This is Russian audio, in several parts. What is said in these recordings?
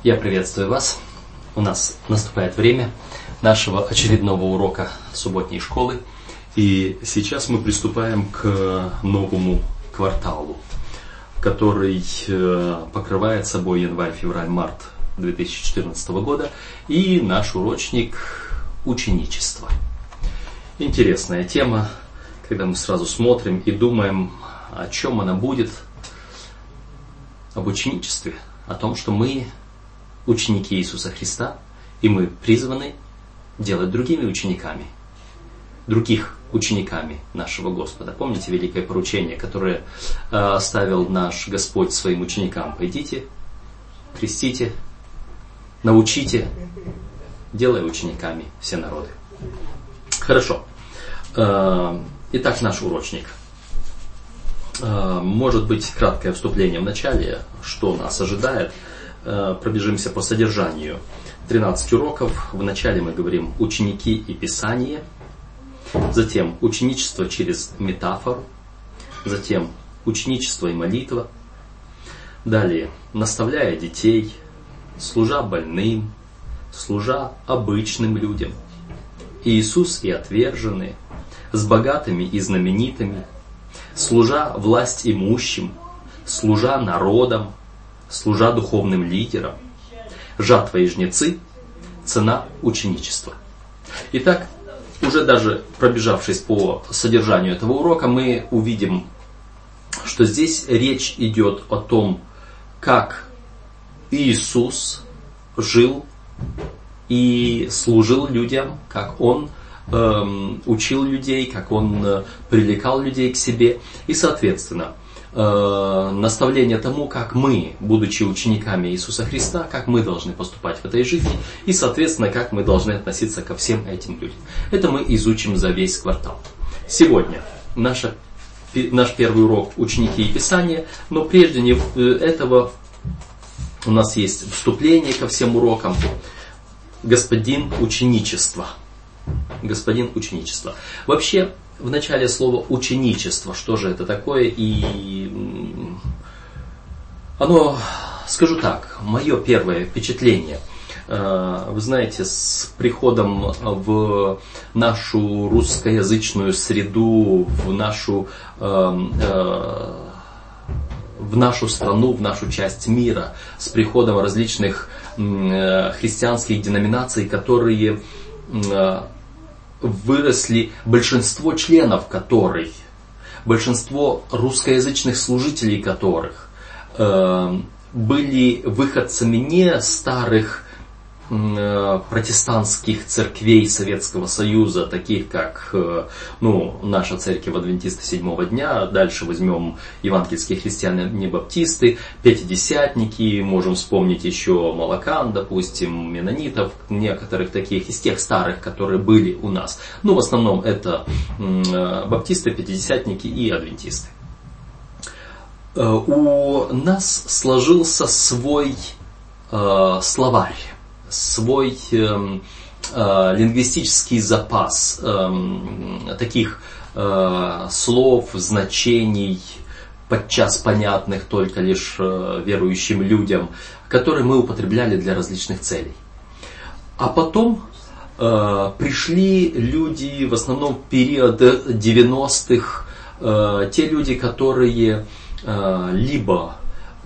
Я приветствую вас. У нас наступает время нашего очередного урока субботней школы. И сейчас мы приступаем к новому кварталу, который покрывает собой январь, февраль, март 2014 года. И наш урочник ученичество. Интересная тема, когда мы сразу смотрим и думаем, о чем она будет. Об ученичестве, о том, что мы ученики Иисуса Христа, и мы призваны делать другими учениками, других учениками нашего Господа. Помните великое поручение, которое оставил наш Господь своим ученикам? Пойдите, крестите, научите, делая учениками все народы. Хорошо. Итак, наш урочник. Может быть, краткое вступление в начале, что нас ожидает. Пробежимся по содержанию. 13 уроков. В начале мы говорим «ученики и Писание». Затем «ученичество через метафору». Затем «ученичество и молитва». Далее «наставляя детей», «служа больным», «служа обычным людям», «Иисус и отверженные», «с богатыми и знаменитыми», «служа власть имущим», «служа народам», «служа духовным лидерам», «жатва и жнецы», «цена ученичества». Итак, уже даже пробежавшись по содержанию этого урока, мы увидим, что здесь речь идет о том, как Иисус жил и служил людям, как Он учил людей, как Он привлекал людей к себе. И, соответственно, наставление тому, как мы, будучи учениками Иисуса Христа, как мы должны поступать в этой жизни, и, соответственно, как мы должны относиться ко всем этим людям. Это мы изучим за весь квартал. Сегодня наш первый урок «Ученики и Писание», но прежде этого у нас есть вступление ко всем урокам. Господин ученичества. Господин ученичества. Вообще, в начале слова ученичество, что же это такое? И оно, скажу так, мое первое впечатление. Вы знаете, с приходом в нашу русскоязычную среду, в нашу страну, в нашу часть мира, с приходом различных христианских деноминаций, которые выросли, большинство членов которых, большинство русскоязычных служителей которых были выходцами не старых протестантских церквей Советского Союза, таких как наша церковь адвентисты седьмого дня, дальше возьмем евангельские христиане-баптисты, пятидесятники, можем вспомнить еще молокан, допустим, менонитов, некоторых таких из тех старых, которые были у нас. В основном это баптисты, пятидесятники и адвентисты. У нас сложился свой словарь, свой лингвистический запас таких слов, значений, подчас понятных только лишь верующим людям, которые мы употребляли для различных целей. А потом пришли люди, в основном в период 90-х, те люди, которые либо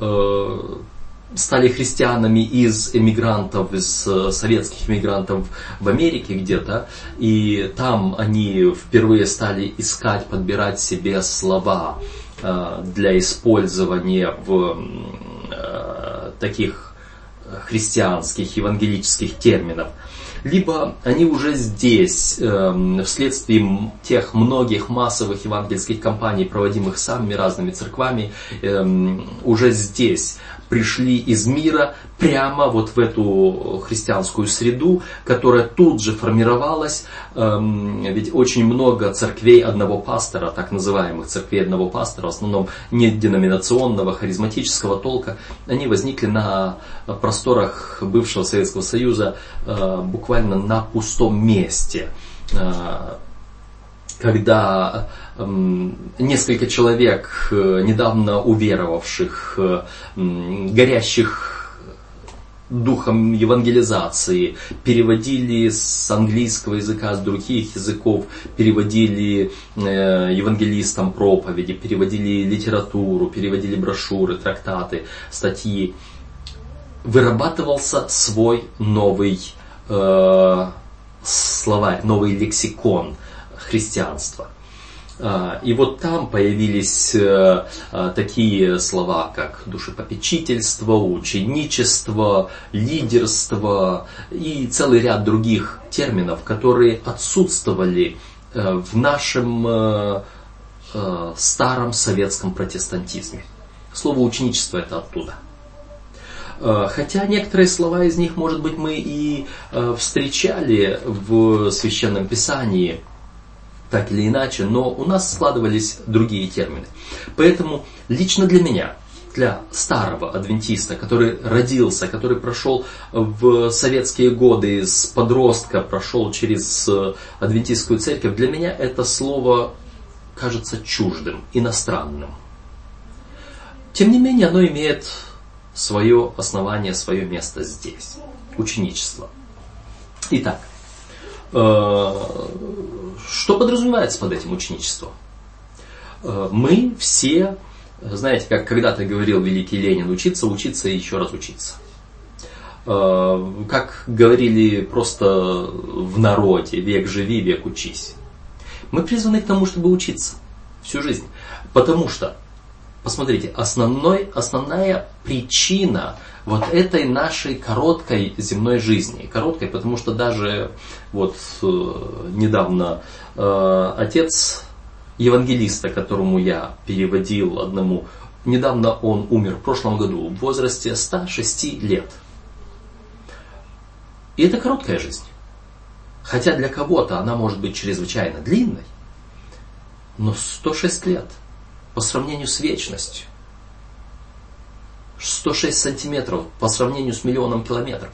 стали христианами из эмигрантов, из советских эмигрантов в Америке где-то, и там они впервые стали искать, подбирать себе слова для использования в таких христианских, евангелических терминов. Либо они уже здесь, вследствие тех многих массовых евангельских кампаний, проводимых самыми разными церквами, уже здесь пришли из мира прямо вот в эту христианскую среду, которая тут же формировалась. Ведь очень много церквей одного пастора, так называемых церквей одного пастора, в основном не деноминационного, харизматического толка, они возникли на просторах бывшего Советского Союза буквально на пустом месте. Когда несколько человек, недавно уверовавших, горящих духом евангелизации, переводили с английского языка, с других языков, переводили евангелистам проповеди, переводили литературу, переводили брошюры, трактаты, статьи. Вырабатывался свой новый словарь, новый лексикон христианства. И вот там появились такие слова, как душепопечительство, ученичество, лидерство и целый ряд других терминов, которые отсутствовали в нашем старом советском протестантизме. Слово ученичество это оттуда. Хотя некоторые слова из них, может быть, мы и встречали в Священном Писании, так или иначе, но у нас складывались другие термины. Поэтому лично для меня, для старого адвентиста, который родился, который прошел в советские годы с подростка, прошел через адвентистскую церковь, для меня это слово кажется чуждым, иностранным. Тем не менее, оно имеет свое основание, свое место здесь. Ученичество. Итак, что подразумевается под этим ученичеством? Мы все, знаете, как когда-то говорил великий Ленин, учиться, учиться и еще раз учиться. Как говорили просто в народе, век живи, век учись. Мы призваны к тому, чтобы учиться всю жизнь. Потому что, посмотрите, основная причина вот этой нашей короткой земной жизни. Короткой, потому что даже вот недавно отец евангелиста, которому я переводил одному, недавно он умер в прошлом году в возрасте 106 лет. И это короткая жизнь. Хотя для кого-то она может быть чрезвычайно длинной, но 106 лет по сравнению с вечностью. 106 сантиметров по сравнению с миллионом километров.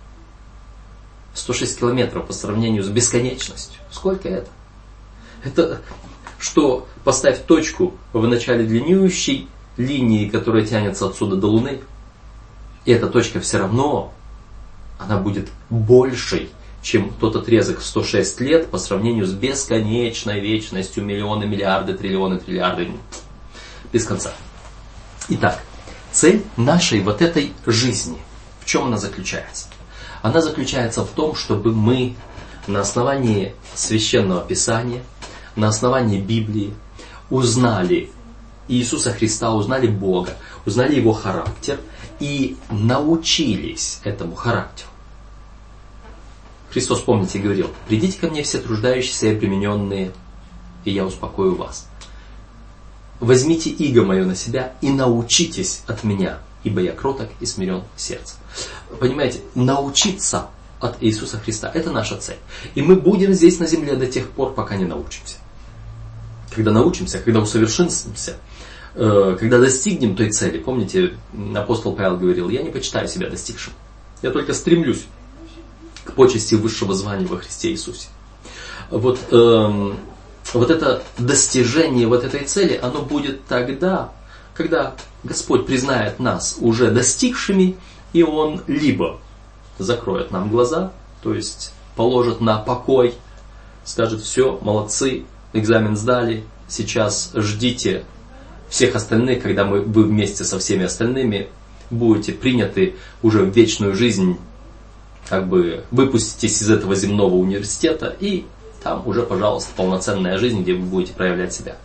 106 километров по сравнению с бесконечностью. Сколько это? Это что, поставь точку в начале длиннющей линии, которая тянется отсюда до Луны, и эта точка все равно, она будет большей, чем тот отрезок в 106 лет по сравнению с бесконечной вечностью, миллионы, миллиарды, триллионы, триллиарды, без конца. Итак, цель нашей вот этой жизни, в чем она заключается? Она заключается в том, чтобы мы на основании Священного Писания, на основании Библии узнали Иисуса Христа, узнали Бога, узнали Его характер и научились этому характеру. Христос, помните, говорил: «Придите ко мне все труждающиеся и обремененные, и я успокою вас. Возьмите иго мое на себя и научитесь от меня, ибо я кроток и смирен сердцем». Понимаете, научиться от Иисуса Христа – это наша цель. И мы будем здесь на земле до тех пор, пока не научимся. Когда научимся, когда усовершенствуемся, когда достигнем той цели. Помните, апостол Павел говорил: «Я не почитаю себя достигшим, я только стремлюсь к почести высшего звания во Христе Иисусе». Вот это достижение вот этой цели, оно будет тогда, когда Господь признает нас уже достигшими, и Он либо закроет нам глаза, то есть положит на покой, скажет: «Все, молодцы, экзамен сдали, сейчас ждите всех остальных, когда вы вместе со всеми остальными будете приняты уже в вечную жизнь, как бы выпуститесь из этого земного университета, и там уже, пожалуйста, полноценная жизнь, где вы будете проявлять себя».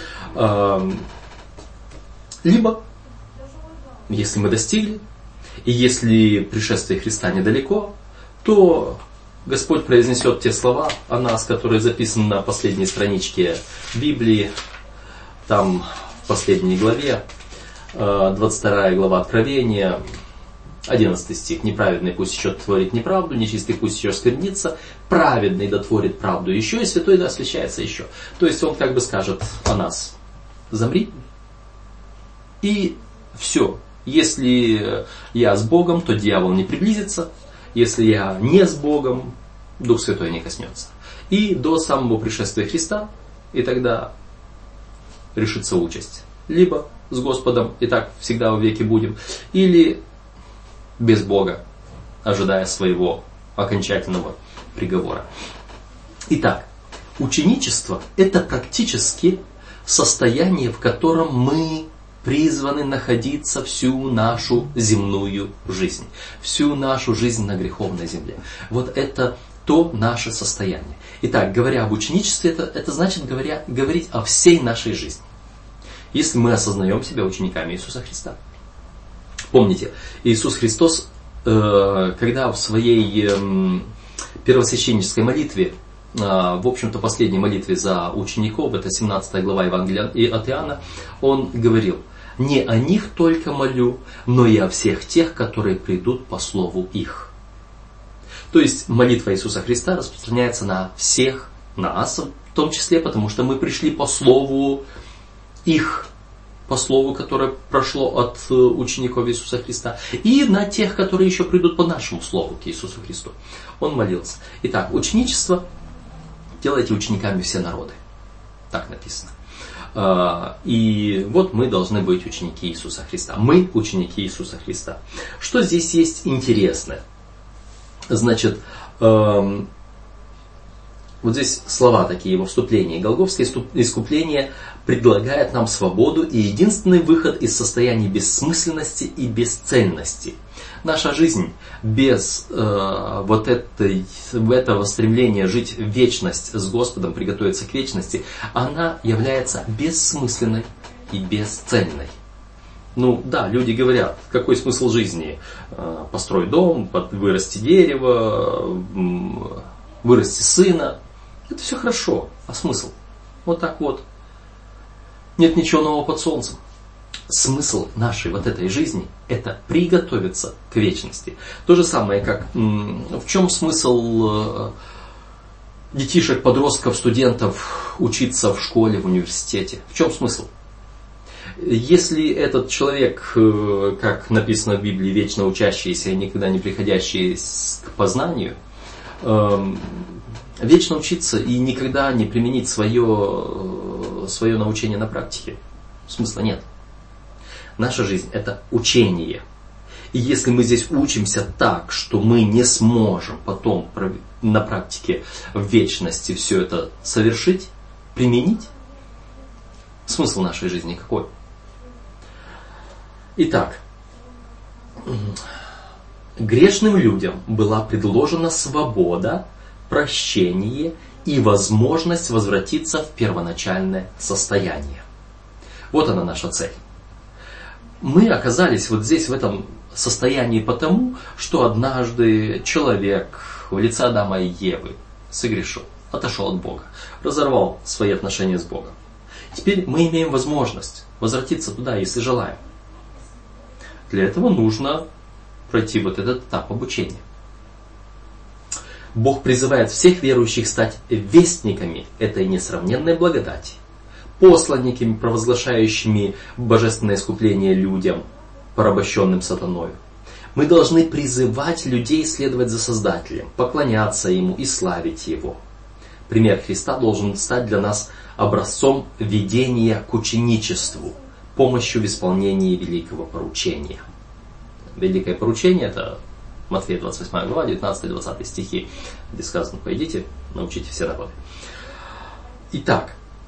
Либо, если мы достигли, и если пришествие Христа недалеко, то Господь произнесет те слова о нас, которые записаны на последней страничке Библии, там в последней главе, 22 глава Откровения, 11 стих. «Неправедный пусть еще творит неправду, нечистый пусть еще сквернится, праведный дотворит правду еще, и святой да освящается еще». То есть он как бы скажет о нас: замри, и все. Если я с Богом, то дьявол не приблизится. Если я не с Богом, Дух Святой не коснется. И до самого пришествия Христа, и тогда решится участь. Либо с Господом, и так всегда во веки будем, или без Бога, ожидая своего окончательного приговора. Итак, ученичество – это практически состояние, в котором мы призваны находиться всю нашу земную жизнь, всю нашу жизнь на греховной земле. Вот это то наше состояние. Итак, говоря об ученичестве, это значит говорить о всей нашей жизни. Если мы осознаем себя учениками Иисуса Христа. Помните, Иисус Христос, когда в своей первосвященнической молитве, в общем-то последней молитве за учеников, это 17 глава Евангелия от Иоанна, Он говорил: «Не о них только молю, но и о всех тех, которые придут по слову их». То есть молитва Иисуса Христа распространяется на всех нас, в том числе потому, что мы пришли по слову их, по слову, которое прошло от учеников Иисуса Христа, и на тех, которые еще придут по нашему слову к Иисусу Христу. Он молился. Итак, ученичество — делайте учениками все народы. Так написано. И вот мы должны быть ученики Иисуса Христа. Мы ученики Иисуса Христа. Что здесь есть интересное? Значит, вот здесь слова такие во вступлении. Голгофское искупление предлагает нам свободу и единственный выход из состояния бессмысленности и бесцельности. Наша жизнь без этого стремления жить в вечность с Господом, приготовиться к вечности, она является бессмысленной и бесцельной. Ну да, люди говорят, какой смысл жизни? Построй дом, вырасти дерево, вырасти сына. Это все хорошо, а смысл? Вот так вот. Нет ничего нового под солнцем. Смысл нашей вот этой жизни – это приготовиться к вечности. То же самое, как в чем смысл детишек, подростков, студентов учиться в школе, в университете? В чем смысл? Если этот человек, как написано в Библии, вечно учащийся и никогда не приходящий к познанию, вечно учиться и никогда не применить свое научение на практике, смысла нет. Наша жизнь – это учение. И если мы здесь учимся так, что мы не сможем потом на практике в вечности все это совершить, применить, смысл нашей жизни какой? Итак, грешным людям была предложена свобода, прощение и возможность возвратиться в первоначальное состояние. Вот она наша цель. Мы оказались вот здесь, в этом состоянии потому, что однажды человек в лице Адама и Евы согрешил, отошел от Бога, разорвал свои отношения с Богом. Теперь мы имеем возможность возвратиться туда, если желаем. Для этого нужно пройти вот этот этап обучения. Бог призывает всех верующих стать вестниками этой несравненной благодати, посланниками, провозглашающими божественное искупление людям, порабощенным сатаною. Мы должны призывать людей следовать за Создателем, поклоняться Ему и славить Его. Пример Христа должен стать для нас образцом ведения к ученичеству, помощью в исполнении великого поручения. Великое поручение – это Матфея 28 глава, 19-20 стихи, где сказано: «Пойдите, научите все народы». Итак,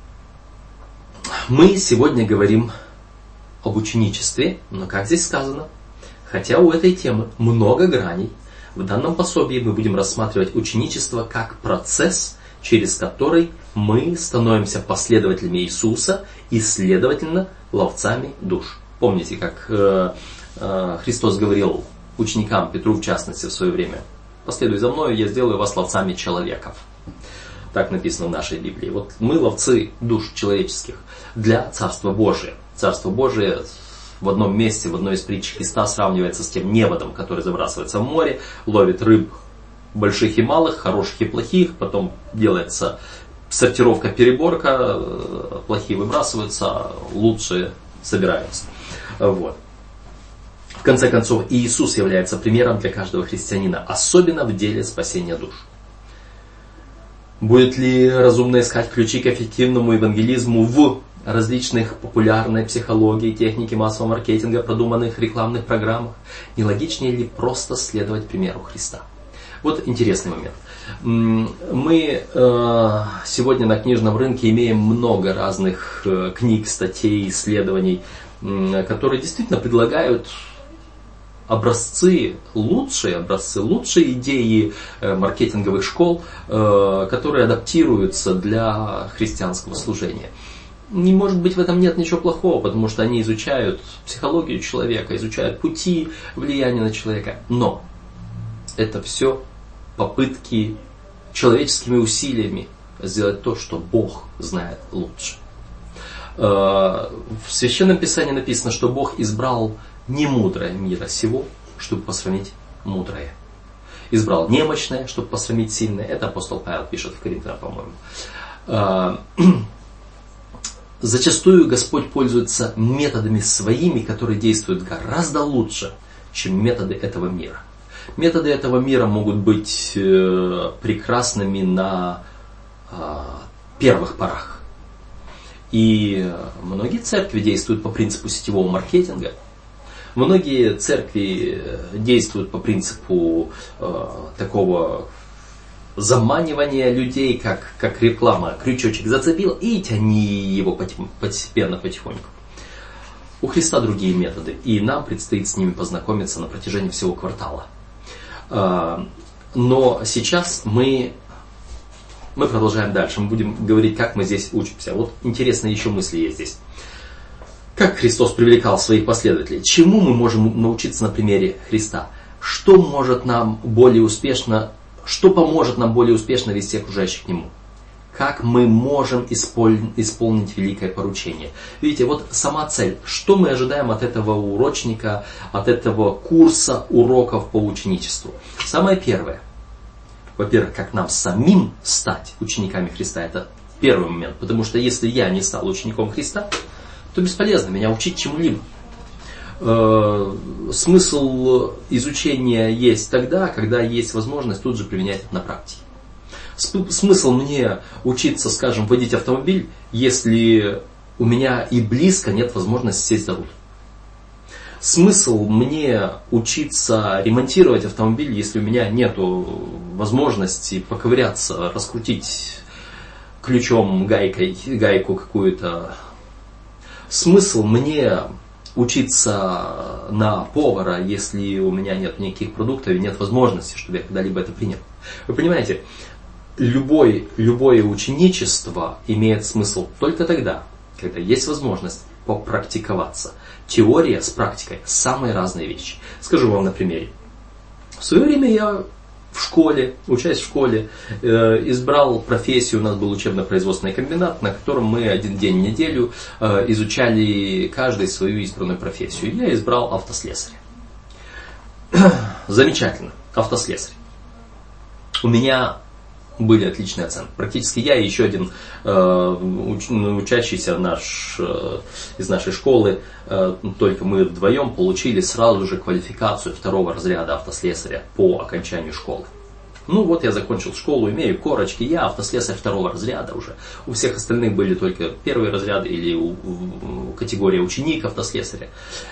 мы сегодня говорим об ученичестве, но как здесь сказано, хотя у этой темы много граней, в данном пособии мы будем рассматривать ученичество как процесс, через который мы становимся последователями Иисуса и, следовательно, ловцами душ. Помните, как Христос говорил ученикам, Петру в частности, в свое время: «Последуй за мною, я сделаю вас ловцами человеков». Так написано в нашей Библии. Вот мы ловцы душ человеческих для Царства Божия. Царство Божие в одном месте, в одной из притч Христа сравнивается с тем неводом, который забрасывается в море, ловит рыб больших и малых, хороших и плохих, потом делается сортировка, переборка, плохие выбрасываются, лучшие собираются. Вот. В конце концов, Иисус является примером для каждого христианина, особенно в деле спасения душ. Будет ли разумно искать ключи к эффективному евангелизму в различных популярной психологии, техники массового маркетинга, продуманных рекламных программах? Не логичнее ли просто следовать примеру Христа? Вот интересный момент. Мы сегодня на книжном рынке имеем много разных книг, статей, исследований, которые действительно предлагают образцы, лучшие идеи маркетинговых школ, которые адаптируются для христианского служения. Не может быть, в этом нет ничего плохого, потому что они изучают психологию человека, изучают пути влияния на человека. Но это все попытки человеческими усилиями сделать то, что Бог знает лучше. В Священном Писании написано, что Бог избрал не мудрое мира сего, чтобы посрамить мудрое. Избрал немощное, чтобы посрамить сильное. Это апостол Павел пишет в Коринфянам, по-моему. Зачастую Господь пользуется методами своими, которые действуют гораздо лучше, чем методы этого мира. Методы этого мира могут быть прекрасными на первых порах. И многие церкви действуют по принципу сетевого маркетинга. Многие церкви действуют по принципу такого заманивания людей, как реклама. Крючочек зацепил и тяни его постепенно, потихоньку. У Христа другие методы, и нам предстоит с ними познакомиться на протяжении всего квартала. Но сейчас мы продолжаем дальше. Мы будем говорить, как мы здесь учимся. Вот интересные еще мысли есть здесь. Как Христос привлекал своих последователей? Чему мы можем научиться на примере Христа? Что поможет нам более успешно вести окружающих к Нему? Как мы можем исполнить великое поручение? Видите, вот сама цель. Что мы ожидаем от этого урочника, от этого курса уроков по ученичеству? Самое первое. Во-первых, как нам самим стать учениками Христа. Это первый момент. Потому что если я не стал учеником Христа, то бесполезно меня учить чему-либо. Смысл изучения есть тогда, когда есть возможность тут же применять это на практике. Смысл мне учиться, скажем, водить автомобиль, если у меня и близко нет возможности сесть за руль. Смысл мне учиться ремонтировать автомобиль, если у меня нет возможности поковыряться, раскрутить ключом, гайку какую-то. Смысл мне учиться на повара, если у меня нет никаких продуктов и нет возможности, чтобы я когда-либо это принял. Вы понимаете, любое ученичество имеет смысл только тогда, когда есть возможность попрактиковаться. Теория с практикой – самые разные вещи. Скажу вам на примере. В свое время я учась в школе, избрал профессию, у нас был учебно-производственный комбинат, на котором мы один день в неделю изучали каждый свою избранную профессию. Я избрал автослесаря. Замечательно, автослесарь. У меня были отличные оценки. Практически я и еще один учащийся из нашей школы, только мы вдвоем получили сразу же квалификацию второго разряда автослесаря по окончанию школы. Ну вот я закончил школу, имею корочки, я автослесарь второго разряда уже. У всех остальных были только первые разряды или категория ученик автослесаря.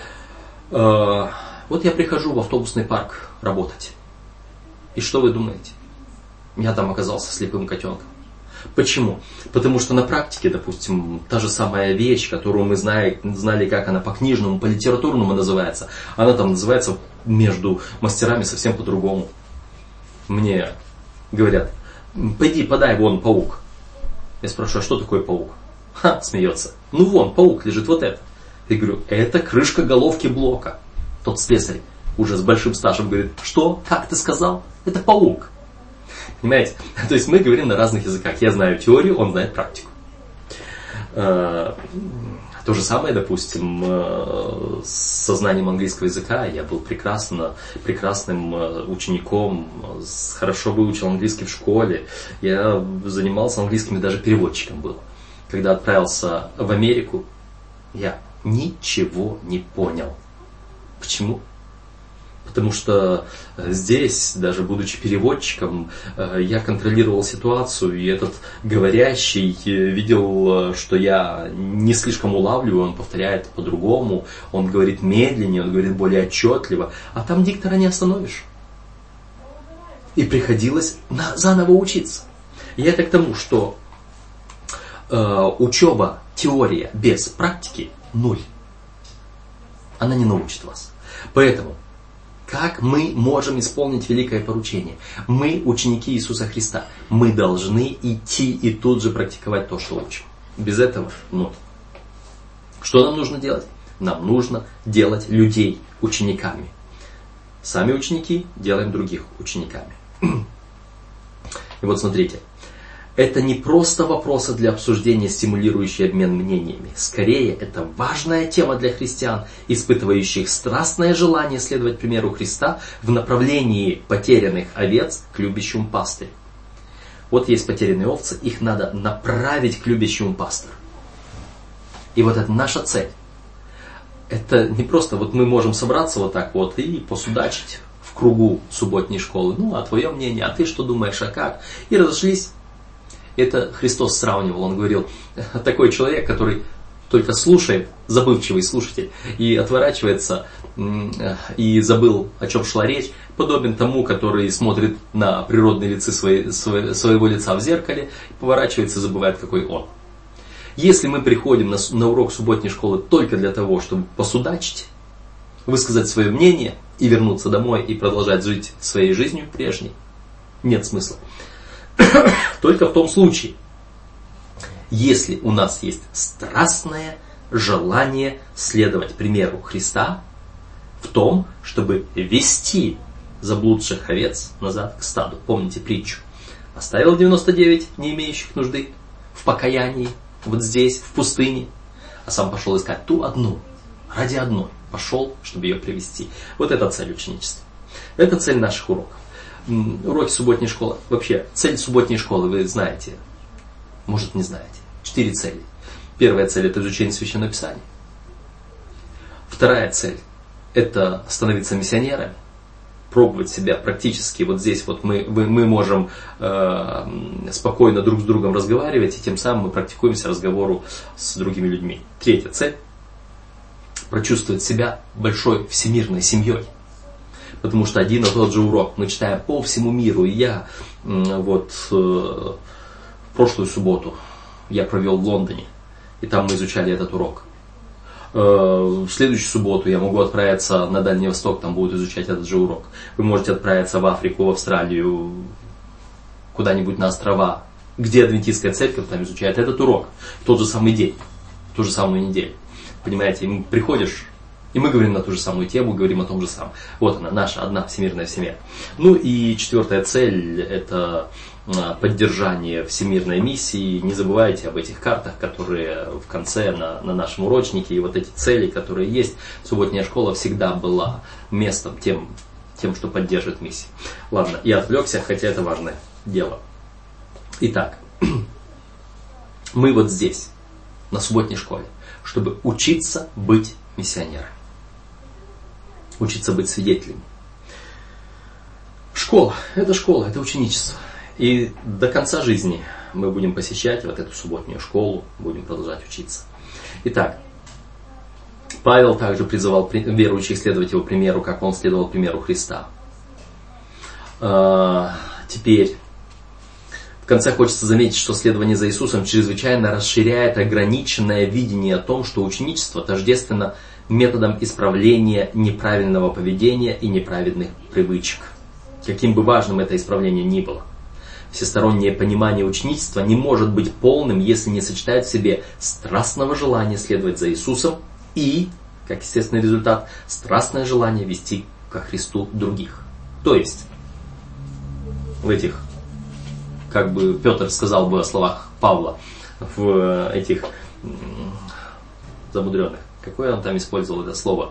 Вот я прихожу в автобусный парк работать. И что вы думаете? Я там оказался слепым котенком. Почему? Потому что на практике, допустим, та же самая вещь, которую мы знали, как она по книжному, по литературному называется, она там называется между мастерами совсем по-другому. Мне говорят, пойди подай, вон паук. Я спрашиваю, а что такое паук? Ха, смеется. Ну вон, паук лежит, вот это. Я говорю, это крышка головки блока. Тот слесарь уже с большим стажем говорит, что? Как ты сказал? Это паук. Понимаете? То есть мы говорим на разных языках. Я знаю теорию, он знает практику. То же самое, допустим, с сознанием английского языка. Я был прекрасным учеником, хорошо выучил английский в школе. Я занимался английским и даже переводчиком был. Когда отправился в Америку, я ничего не понял. Почему? Потому что здесь, даже будучи переводчиком, я контролировал ситуацию, и этот говорящий видел, что я не слишком улавливаю, он повторяет по-другому, он говорит медленнее, он говорит более отчетливо, а там диктора не остановишь. И приходилось заново учиться. И это к тому, что учеба, теория без практики – нуль. Она не научит вас. Поэтому, как мы можем исполнить великое поручение? Мы ученики Иисуса Христа. Мы должны идти и тут же практиковать то, что учим. Без этого нуль. Что нам нужно делать? Нам нужно делать людей учениками. Сами ученики делаем других учениками. И вот смотрите. Это не просто вопросы для обсуждения, стимулирующие обмен мнениями. Скорее, это важная тема для христиан, испытывающих страстное желание следовать примеру Христа в направлении потерянных овец к любящему пастырю. Вот есть потерянные овцы, их надо направить к любящему пастырю. И вот это наша цель. Это не просто вот мы можем собраться вот так вот и посудачить в кругу субботней школы. Ну, а твое мнение, а ты что думаешь, а как? И разошлись. Это Христос сравнивал, он говорил, такой человек, который только слушает, забывчивый слушатель, и отворачивается, и забыл, о чем шла речь, подобен тому, который смотрит на природные лица своего лица в зеркале, поворачивается и забывает, какой он. Если мы приходим на урок субботней школы только для того, чтобы посудачить, высказать свое мнение и вернуться домой и продолжать жить своей жизнью прежней, нет смысла. Только в том случае, если у нас есть страстное желание следовать примеру Христа в том, чтобы вести заблудших овец назад к стаду. Помните притчу? Оставил 99, не имеющих нужды, в покаянии, вот здесь, в пустыне, а сам пошел искать ту одну, ради одной, пошел, чтобы ее привести. Вот это цель ученичества. Это цель наших уроков. Уроки субботней школы. Вообще, цель субботней школы вы знаете. Может, не знаете. 4 цели. Первая цель – это изучение Священного Писания. Вторая цель – это становиться миссионерами. Пробовать себя практически. Вот здесь вот мы можем спокойно друг с другом разговаривать, и тем самым мы практикуемся разговору с другими людьми. Третья цель – прочувствовать себя большой всемирной семьей. Потому что один и тот же урок мы читаем по всему миру. И я вот в прошлую субботу я провел в Лондоне. И там мы изучали этот урок. В следующую субботу я могу отправиться на Дальний Восток, там будут изучать этот же урок. Вы можете отправиться в Африку, в Австралию, куда-нибудь на острова, где адвентистская церковь там изучает этот урок. В тот же самый день, в ту же самую неделю. Понимаете, приходишь... И мы говорим на ту же самую тему, говорим о том же самом. Вот она, наша одна всемирная семья. Ну и четвертая цель – это поддержание всемирной миссии. Не забывайте об этих картах, которые в конце на нашем урочнике. И вот эти цели, которые есть. Субботняя школа всегда была местом, тем, что поддерживает миссию. Ладно, я отвлекся, хотя это важное дело. Итак, мы вот здесь, на субботней школе, чтобы учиться быть миссионерами. Учиться быть свидетелями. Школа, это ученичество. И до конца жизни мы будем посещать вот эту субботнюю школу, будем продолжать учиться. Итак, Павел также призывал верующих следовать его примеру, как он следовал примеру Христа. Теперь, в конце хочется заметить, что следование за Иисусом чрезвычайно расширяет ограниченное видение о том, что ученичество тождественно методом исправления неправильного поведения и неправедных привычек. Каким бы важным это исправление ни было. Всестороннее понимание ученичества не может быть полным, если не сочетает в себе страстного желания следовать за Иисусом и, как естественный результат, страстное желание вести ко Христу других. То есть, в этих, как бы Петр сказал бы о словах Павла, в этих замудренных, какое он там использовал это слово,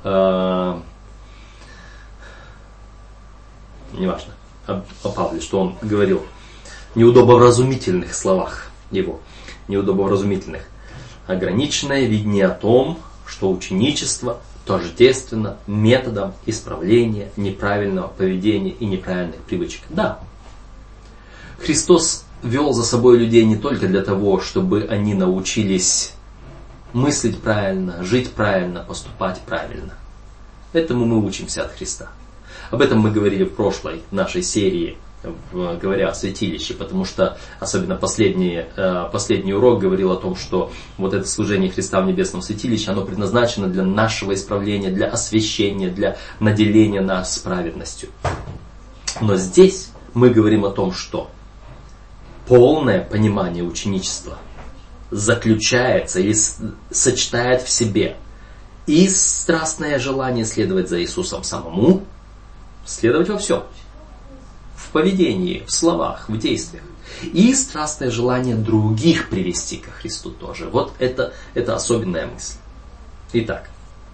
неважно, о Павле, что он говорил, неудобовразумительных словах его, неудобовразумительных, ограниченное видение о том, что ученичество тождественно методом исправления неправильного поведения и неправильных привычек. Да, Христос вел за собой людей не только для того, чтобы они научились мыслить правильно, жить правильно, поступать правильно. Этому мы учимся от Христа. Об этом мы говорили в прошлой нашей серии, говоря о святилище, потому что особенно последний урок говорил о том, что вот это служение Христа в небесном святилище, оно предназначено для нашего исправления, для освящения, для наделения нас праведностью. Но здесь мы говорим о том, что полное понимание ученичества заключается или сочетает в себе и страстное желание следовать за Иисусом самому, следовать во всем. В поведении, в словах, в действиях. И страстное желание других привести ко Христу тоже. Вот это особенная мысль. Итак,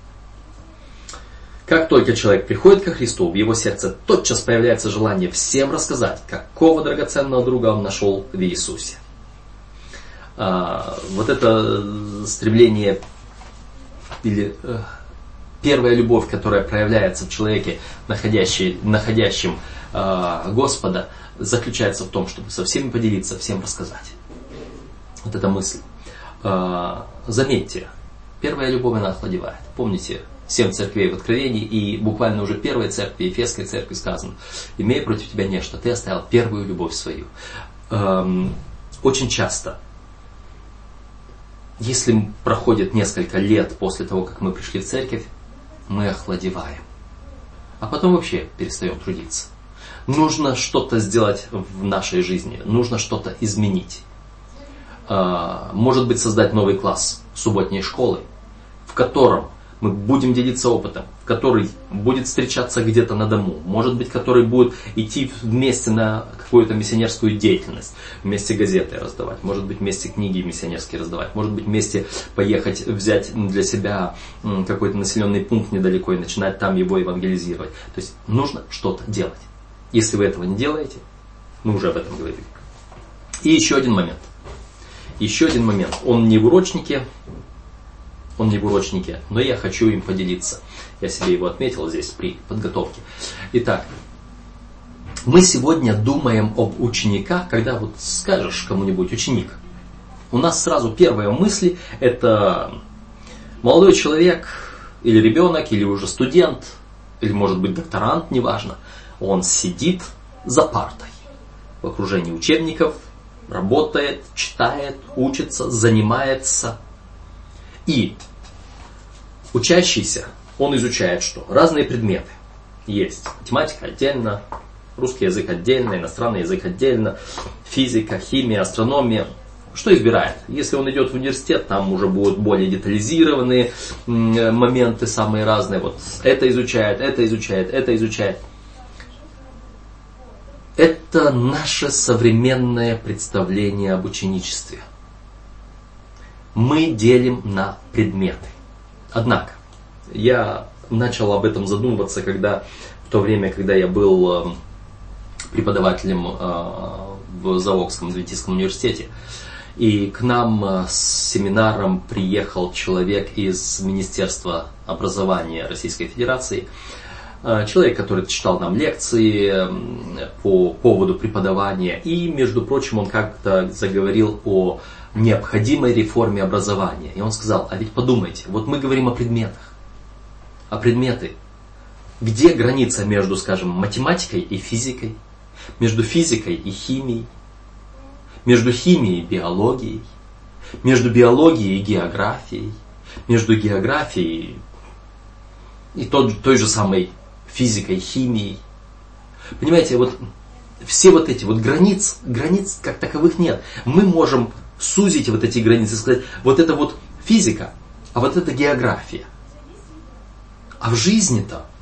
как только человек приходит ко Христу, в его сердце тотчас появляется желание всем рассказать, какого драгоценного друга он нашел в Иисусе. Вот это стремление или первая любовь, которая проявляется в человеке, находящем Господа, заключается в том, чтобы со всеми поделиться, всем рассказать. Вот эта мысль. Заметьте, первая любовь, она охладевает. Помните 7 церквей в Откровении, и буквально уже первой церкви, Ефесской церкви сказано: имея против тебя нечто, ты оставил первую любовь свою. Очень часто, если проходит несколько лет после того, как мы пришли в церковь, мы охладеваем. А потом вообще перестаем трудиться. Нужно что-то сделать в нашей жизни, нужно что-то изменить. Может быть, создать новый класс субботней школы, в котором мы будем делиться опытом, который будет встречаться где-то на дому, может быть, который будет идти вместе на какую-то миссионерскую деятельность, вместе газеты раздавать, может быть, вместе книги миссионерские раздавать, может быть, вместе поехать, взять для себя какой-то населенный пункт недалеко и начинать там его евангелизировать. То есть нужно что-то делать. Если вы этого не делаете, мы уже об этом говорили. И еще один момент. Он не в урочнике, но я хочу им поделиться. Я себе его отметил здесь при подготовке. Итак, мы сегодня думаем об учениках, когда вот скажешь кому-нибудь ученик. У нас сразу первые мысли — это молодой человек, или ребенок, или уже студент, или может быть докторант, неважно. Он сидит за партой в окружении учебников, работает, читает, учится, занимается. И учащийся, он изучает что? Разные предметы. Есть математика отдельно, русский язык отдельно, иностранный язык отдельно, физика, химия, астрономия. Что избирает? Если он идет в университет, там уже будут более детализированные моменты, самые разные. Вот это изучает. Это наше современное представление об ученичестве. Мы делим на предметы. Однако, я начал об этом задумываться, в то время, когда я был преподавателем в Заволжском адвентистском университете. И к нам с семинаром приехал человек из Министерства образования Российской Федерации. Человек, который читал нам лекции по поводу преподавания. И, между прочим, он как-то заговорил о необходимой реформе образования. И он сказал: а ведь подумайте, вот мы говорим о предметах. А предметы, где граница между, скажем, математикой и физикой, между физикой и химией, между химией и биологией, между биологией и географией, между географией и той же самой физикой, химией. Понимаете, вот все вот эти вот границ как таковых нет. Мы можем сузить вот эти границы и сказать: вот это вот физика, а вот это география. А в жизни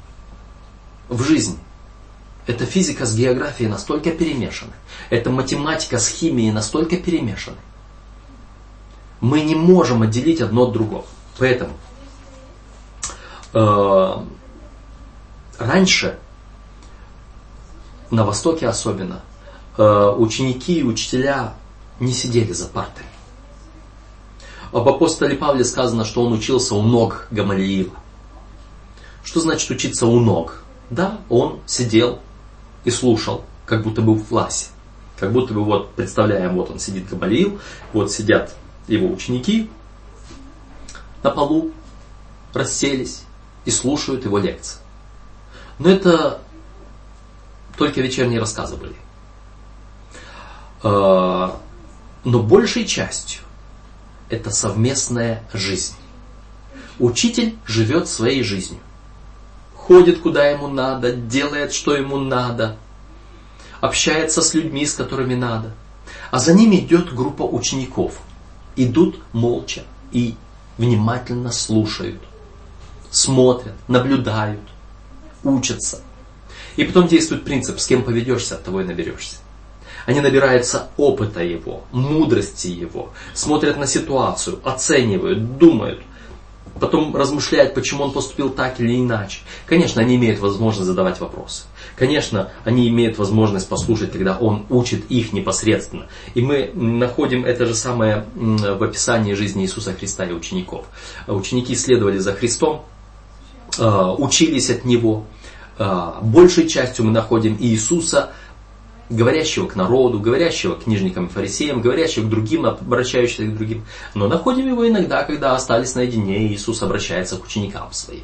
эта физика с географией настолько перемешаны, эта математика с химией настолько перемешаны. Мы не можем отделить одно от другого. Поэтому раньше, на Востоке особенно, ученики и учителя не сидели за партами. Об апостоле Павле сказано, что он учился у ног Гамалиила. Что значит учиться у ног? Да, он сидел и слушал, как будто бы в классе. Как будто бы вот представляем, вот он сидит Гамалиил, вот сидят его ученики на полу, расселись и слушают его лекции. Но это только вечерние рассказы были. Но большей частью это совместная жизнь. Учитель живет своей жизнью. Ходит куда ему надо, делает что ему надо, общается с людьми, с которыми надо. А за ним идет группа учеников. Идут молча и внимательно слушают, смотрят, наблюдают, учатся. И потом действует принцип: с кем поведешься, от того и наберешься. Они набираются опыта его, мудрости его, смотрят на ситуацию, оценивают, думают, потом размышляют, почему он поступил так или иначе. Конечно, они имеют возможность задавать вопросы. Конечно, они имеют возможность послушать, когда он учит их непосредственно. И мы находим это же самое в описании жизни Иисуса Христа и учеников. Ученики следовали за Христом, учились от Него. Большей частью мы находим Иисуса, говорящего к народу, говорящего к книжникам и фарисеям, говорящего к другим, обращающегося к другим. Но находим его иногда, когда остались наедине, и Иисус обращается к ученикам своим.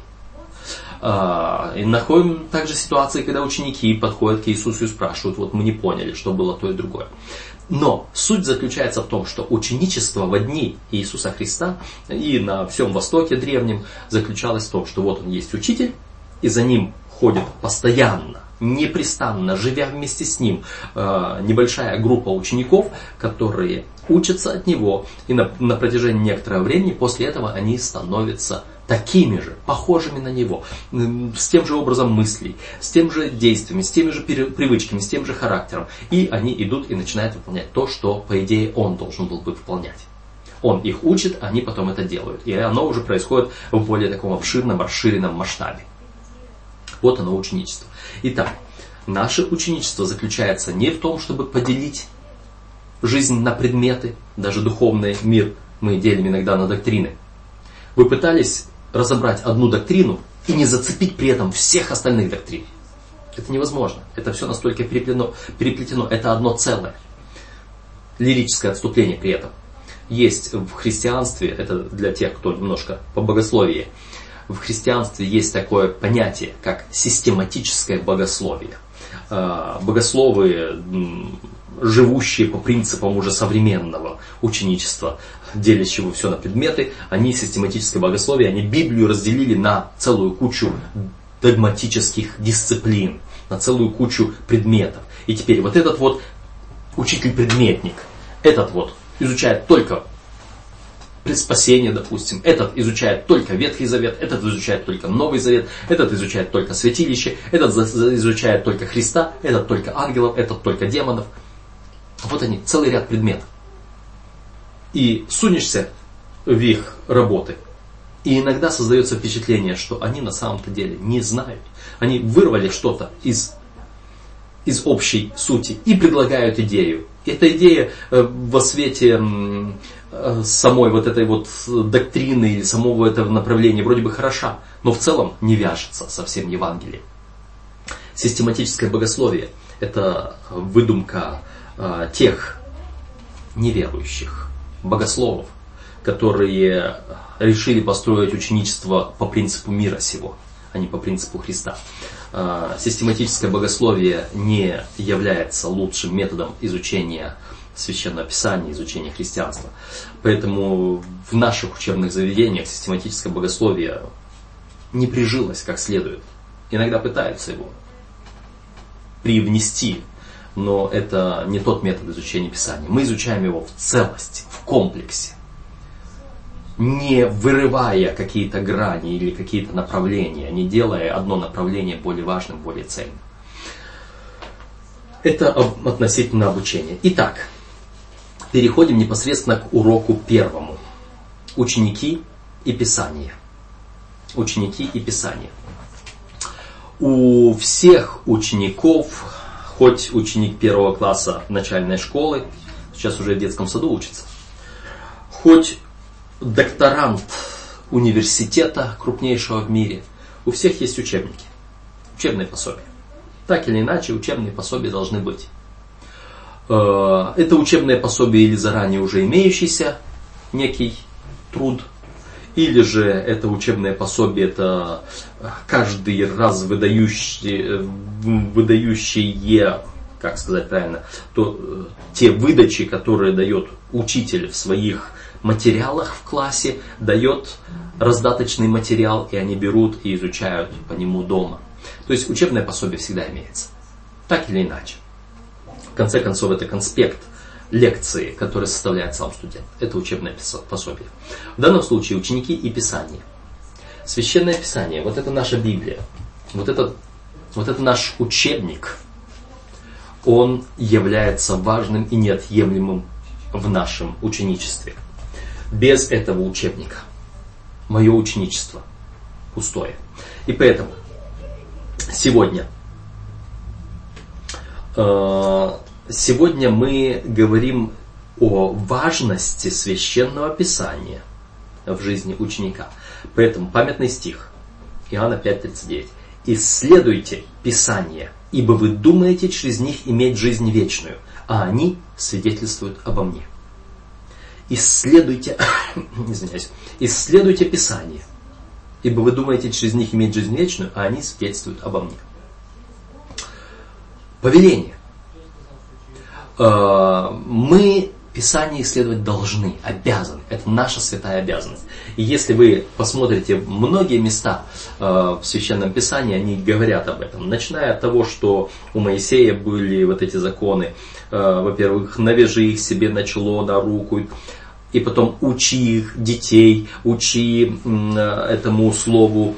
И находим также ситуации, когда ученики подходят к Иисусу и спрашивают: вот мы не поняли, что было то и другое. Но суть заключается в том, что ученичество во дни Иисуса Христа и на всем Востоке древнем заключалось в том, что вот он есть учитель, и за ним ходит постоянно, непрестанно, живя вместе с ним, небольшая группа учеников, которые учатся от него, и на протяжении некоторого времени после этого они становятся такими же, похожими на него, с тем же образом мыслей, с тем же действиями, с теми же привычками, с тем же характером. И они идут и начинают выполнять то, что, по идее, он должен был бы выполнять. Он их учит, они потом это делают. И оно уже происходит в более таком обширном, расширенном масштабе. Вот оно, ученичество. Итак, наше ученичество заключается не в том, чтобы поделить жизнь на предметы, даже духовный мир мы делим иногда на доктрины. Вы пытались разобрать одну доктрину и не зацепить при этом всех остальных доктрин. Это невозможно. Это все настолько переплетено. Это одно целое. Лирическое отступление при этом. Есть в христианстве, это для тех, кто немножко по богословии, в христианстве есть такое понятие, как систематическое богословие. Богословы, живущие по принципам уже современного ученичества, делящего все на предметы, они систематическое богословие, они Библию разделили на целую кучу догматических дисциплин, на целую кучу предметов. И теперь вот этот вот учитель-предметник, этот вот изучает только спасение, допустим, этот изучает только Ветхий Завет, этот изучает только Новый Завет, этот изучает только святилище, этот изучает только Христа, этот только ангелов, этот только демонов. Вот они, целый ряд предметов. И сунешься в их работы, и иногда создается впечатление, что они на самом-то деле не знают. Они вырвали что-то из общей сути и предлагают идею. Эта идея во свете самой вот этой вот доктрины или самого этого направления вроде бы хороша, но в целом не вяжется со всем Евангелием. Систематическое богословие – это выдумка тех неверующих богословов, которые решили построить ученичество по принципу мира сего, а не по принципу Христа. Систематическое богословие не является лучшим методом изучения Священного Писания, изучения христианства. Поэтому в наших учебных заведениях систематическое богословие не прижилось как следует. Иногда пытаются его привнести, но это не тот метод изучения Писания. Мы изучаем его в целости, в комплексе, не вырывая какие-то грани или какие-то направления, не делая одно направление более важным, более цельным. Это относительно обучения. Итак, переходим непосредственно к уроку первому. Ученики и Писание. Ученики и Писание. У всех учеников, хоть ученик первого класса начальной школы, сейчас уже в детском саду учится, хоть докторант университета крупнейшего в мире, У всех есть учебники, учебные пособия. Так или иначе, учебные пособия должны быть. Это учебное пособие или заранее уже имеющийся некий труд, или же это учебное пособие, это каждый раз выдающие, как сказать правильно, те выдачи, которые дает учитель в своих материалах в классе, дает раздаточный материал, и они берут и изучают по нему дома. То есть учебное пособие всегда имеется. Так или иначе. В конце концов, это конспект лекции, который составляет сам студент. Это учебное пособие. В данном случае ученики и Писание. Священное Писание, вот это наша Библия. Вот это наш учебник. Он является важным и неотъемлемым в нашем ученичестве. Без этого учебника мое ученичество пустое. И поэтому сегодня мы говорим о важности Священного Писания в жизни ученика. Поэтому памятный стих Иоанна 5:39. «Исследуйте Писание, ибо вы думаете через них иметь жизнь вечную, а они свидетельствуют обо мне». Исследуйте Писание, ибо вы думаете через них иметь жизнь вечную, а они свидетельствуют обо мне. Повеление. Мы Писание исследовать должны, обязаны. Это наша святая обязанность. И если вы посмотрите многие места в Священном Писании, они говорят об этом. Начиная от того, что у Моисея были вот эти законы. Во-первых, навяжи их себе на чело, на руку. И потом учи их, детей, учи этому слову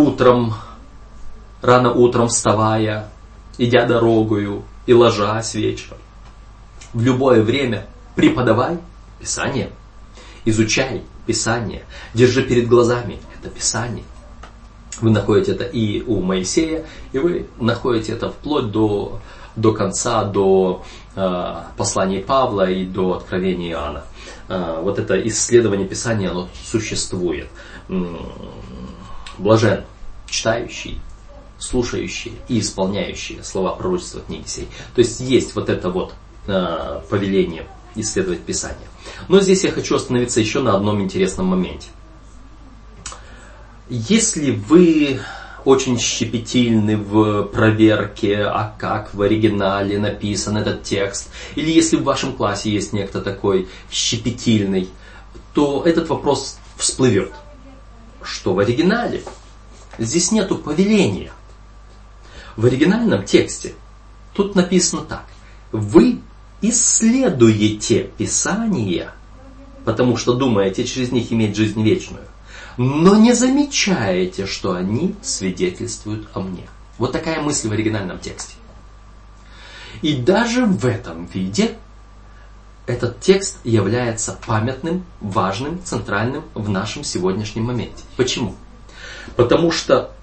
рано утром вставая, идя дорогою и ложась вечером. В любое время преподавай Писание, изучай Писание, держи перед глазами это Писание. Вы находите это и у Моисея, и вы находите это вплоть до конца, до посланий Павла и до откровения Иоанна. Вот это исследование Писания, оно существует. Блажен читающий, слушающий и исполняющий слова пророчества книги сей. То есть есть вот это вот повеление исследовать Писание. Но здесь я хочу остановиться еще на одном интересном моменте. Если вы очень щепетильны в проверке, а как в оригинале написан этот текст, или если в вашем классе есть некто такой щепетильный, то этот вопрос всплывет. Что в оригинале? Здесь нету повеления. В оригинальном тексте тут написано так. Вы исследуете Писания, потому что думаете через них иметь жизнь вечную, но не замечаете, что они свидетельствуют о мне. Вот такая мысль в оригинальном тексте. И даже в этом виде этот текст является памятным, важным, центральным в нашем сегодняшнем моменте. Почему? Потому что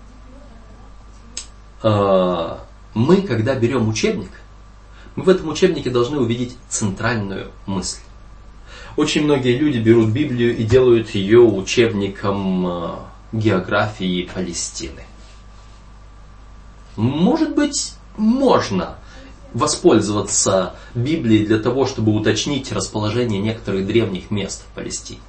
мы, когда берем учебник, мы в этом учебнике должны увидеть центральную мысль. Очень многие люди берут Библию и делают ее учебником географии Палестины. Может быть, можно воспользоваться Библией для того, чтобы уточнить расположение некоторых древних мест в Палестине.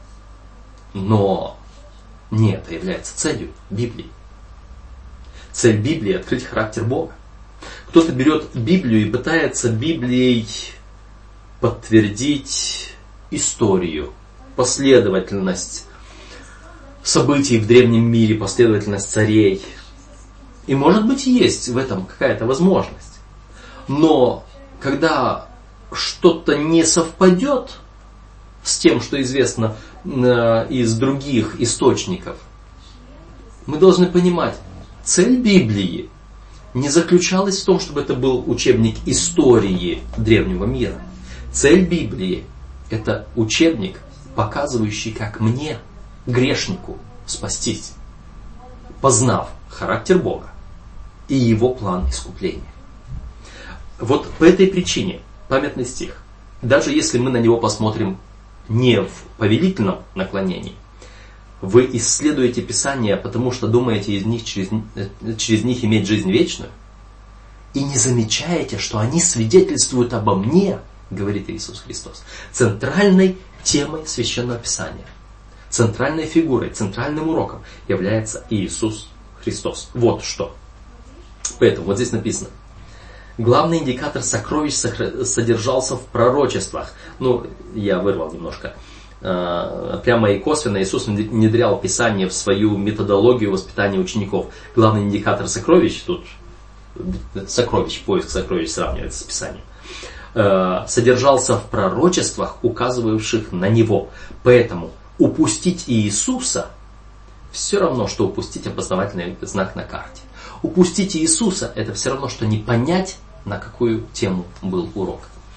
Но не это является целью Библии. Цель Библии – открыть характер Бога. Кто-то берет Библию и пытается Библией подтвердить историю, последовательность событий в древнем мире, последовательность царей. И может быть есть в этом какая-то возможность. Но когда что-то не совпадет с тем, что известно из других источников, мы должны понимать, цель Библии не заключалась в том, чтобы это был учебник истории древнего мира. Цель Библии – это учебник, показывающий, как мне, грешнику, спастись, познав характер Бога и Его план искупления. Вот по этой причине памятный стих, даже если мы на него посмотрим не в повелительном наклонении, Вы исследуете Писание, потому что думаете через них иметь жизнь вечную, и не замечаете, что они свидетельствуют обо мне, говорит Иисус Христос, центральной темой Священного Писания, центральной фигурой, центральным уроком является Иисус Христос. Вот что. Поэтому вот здесь написано. Главный индикатор сокровищ содержался в пророчествах. Я вырвал немножко. Прямо и косвенно Иисус внедрял Писание в свою методологию воспитания учеников. Главный индикатор сокровищ, тут поиск сокровищ сравнивается с Писанием, содержался в пророчествах, указывавших на Него. Поэтому упустить Иисуса все равно, что упустить опознавательный знак на карте. Упустить Иисуса — это все равно, что не понять, на какую тему был урок.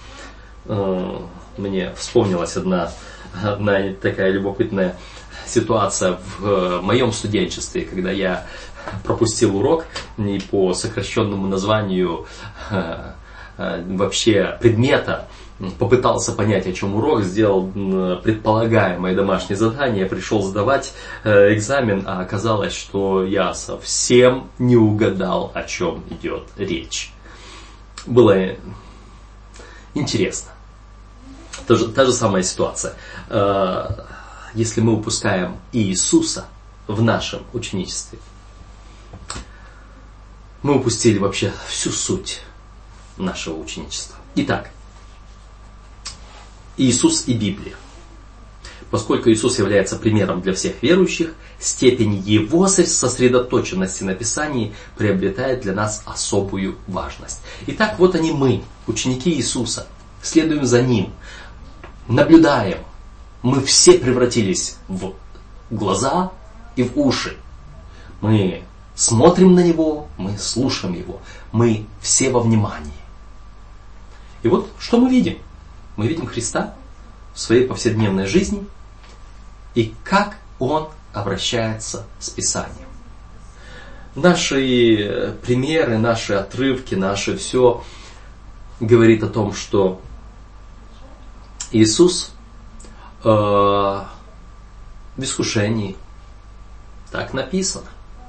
Мне вспомнилась одна такая любопытная ситуация в моем студенчестве, когда я пропустил урок не по сокращенному названию вообще предмета, попытался понять, о чем урок, сделал предполагаемое домашнее задание, пришел сдавать экзамен, а оказалось, что я совсем не угадал, о чем идет речь. Было интересно. Та же самая ситуация. Если мы упускаем Иисуса в нашем ученичестве, мы упустили вообще всю суть нашего ученичества. Итак, Иисус и Библия. Поскольку Иисус является примером для всех верующих, степень Его сосредоточенности на Писании приобретает для нас особую важность. Итак, вот они мы, ученики Иисуса, следуем за Ним, наблюдаем. Мы все превратились в глаза и в уши. Мы смотрим на Него, мы слушаем Его, мы все во внимании. И вот что мы видим? Мы видим Христа в своей повседневной жизни и как Он обращается с Писанием. Наши примеры, наши отрывки, наше все говорит о том, что Иисус в искушении, так написано.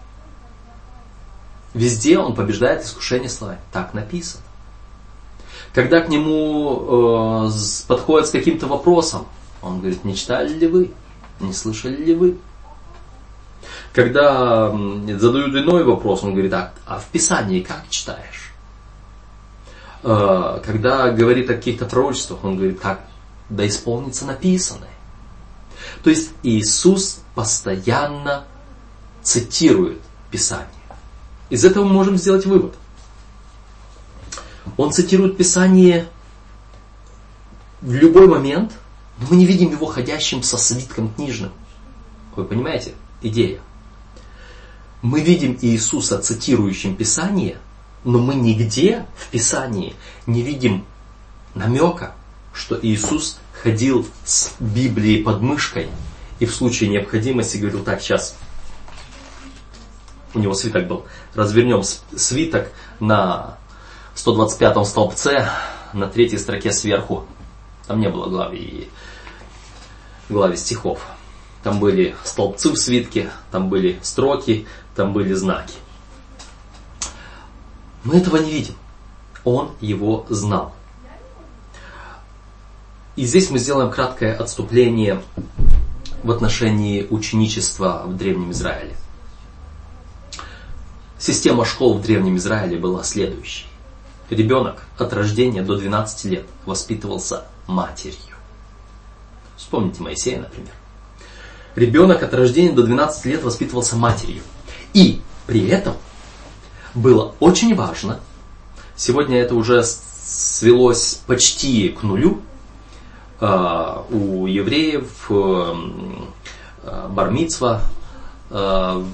Везде Он побеждает искушение словами, так написано. Когда к Нему подходят с каким-то вопросом, Он говорит, не читали ли вы, не слышали ли вы? Когда задают иной вопрос, Он говорит, а в Писании как читаешь? Когда говорит о каких-то пророчествах, Он говорит, как да исполнится написанное. То есть Иисус постоянно цитирует Писание. Из этого мы можем сделать вывод. Он цитирует Писание в любой момент, но мы не видим его ходящим со свитком книжным. Вы понимаете? Идея. Мы видим Иисуса цитирующим Писание, но мы нигде в Писании не видим намека, что Иисус ходил с Библией под мышкой и в случае необходимости говорил, так, сейчас, у него свиток был, развернем свиток на 125-м столбце, на 3-й строке сверху. Там не было главе стихов. Там были столбцы в свитке, там были строки, там были знаки. Мы этого не видим. Он его знал. И здесь мы сделаем краткое отступление в отношении ученичества в Древнем Израиле. Система школ в Древнем Израиле была следующей. Ребенок от рождения до 12 лет воспитывался матерью. Вспомните Моисея, например. Ребенок от рождения до 12 лет воспитывался матерью. И при этом было очень важно, сегодня это уже свелось почти к нулю, у евреев бар-мицва в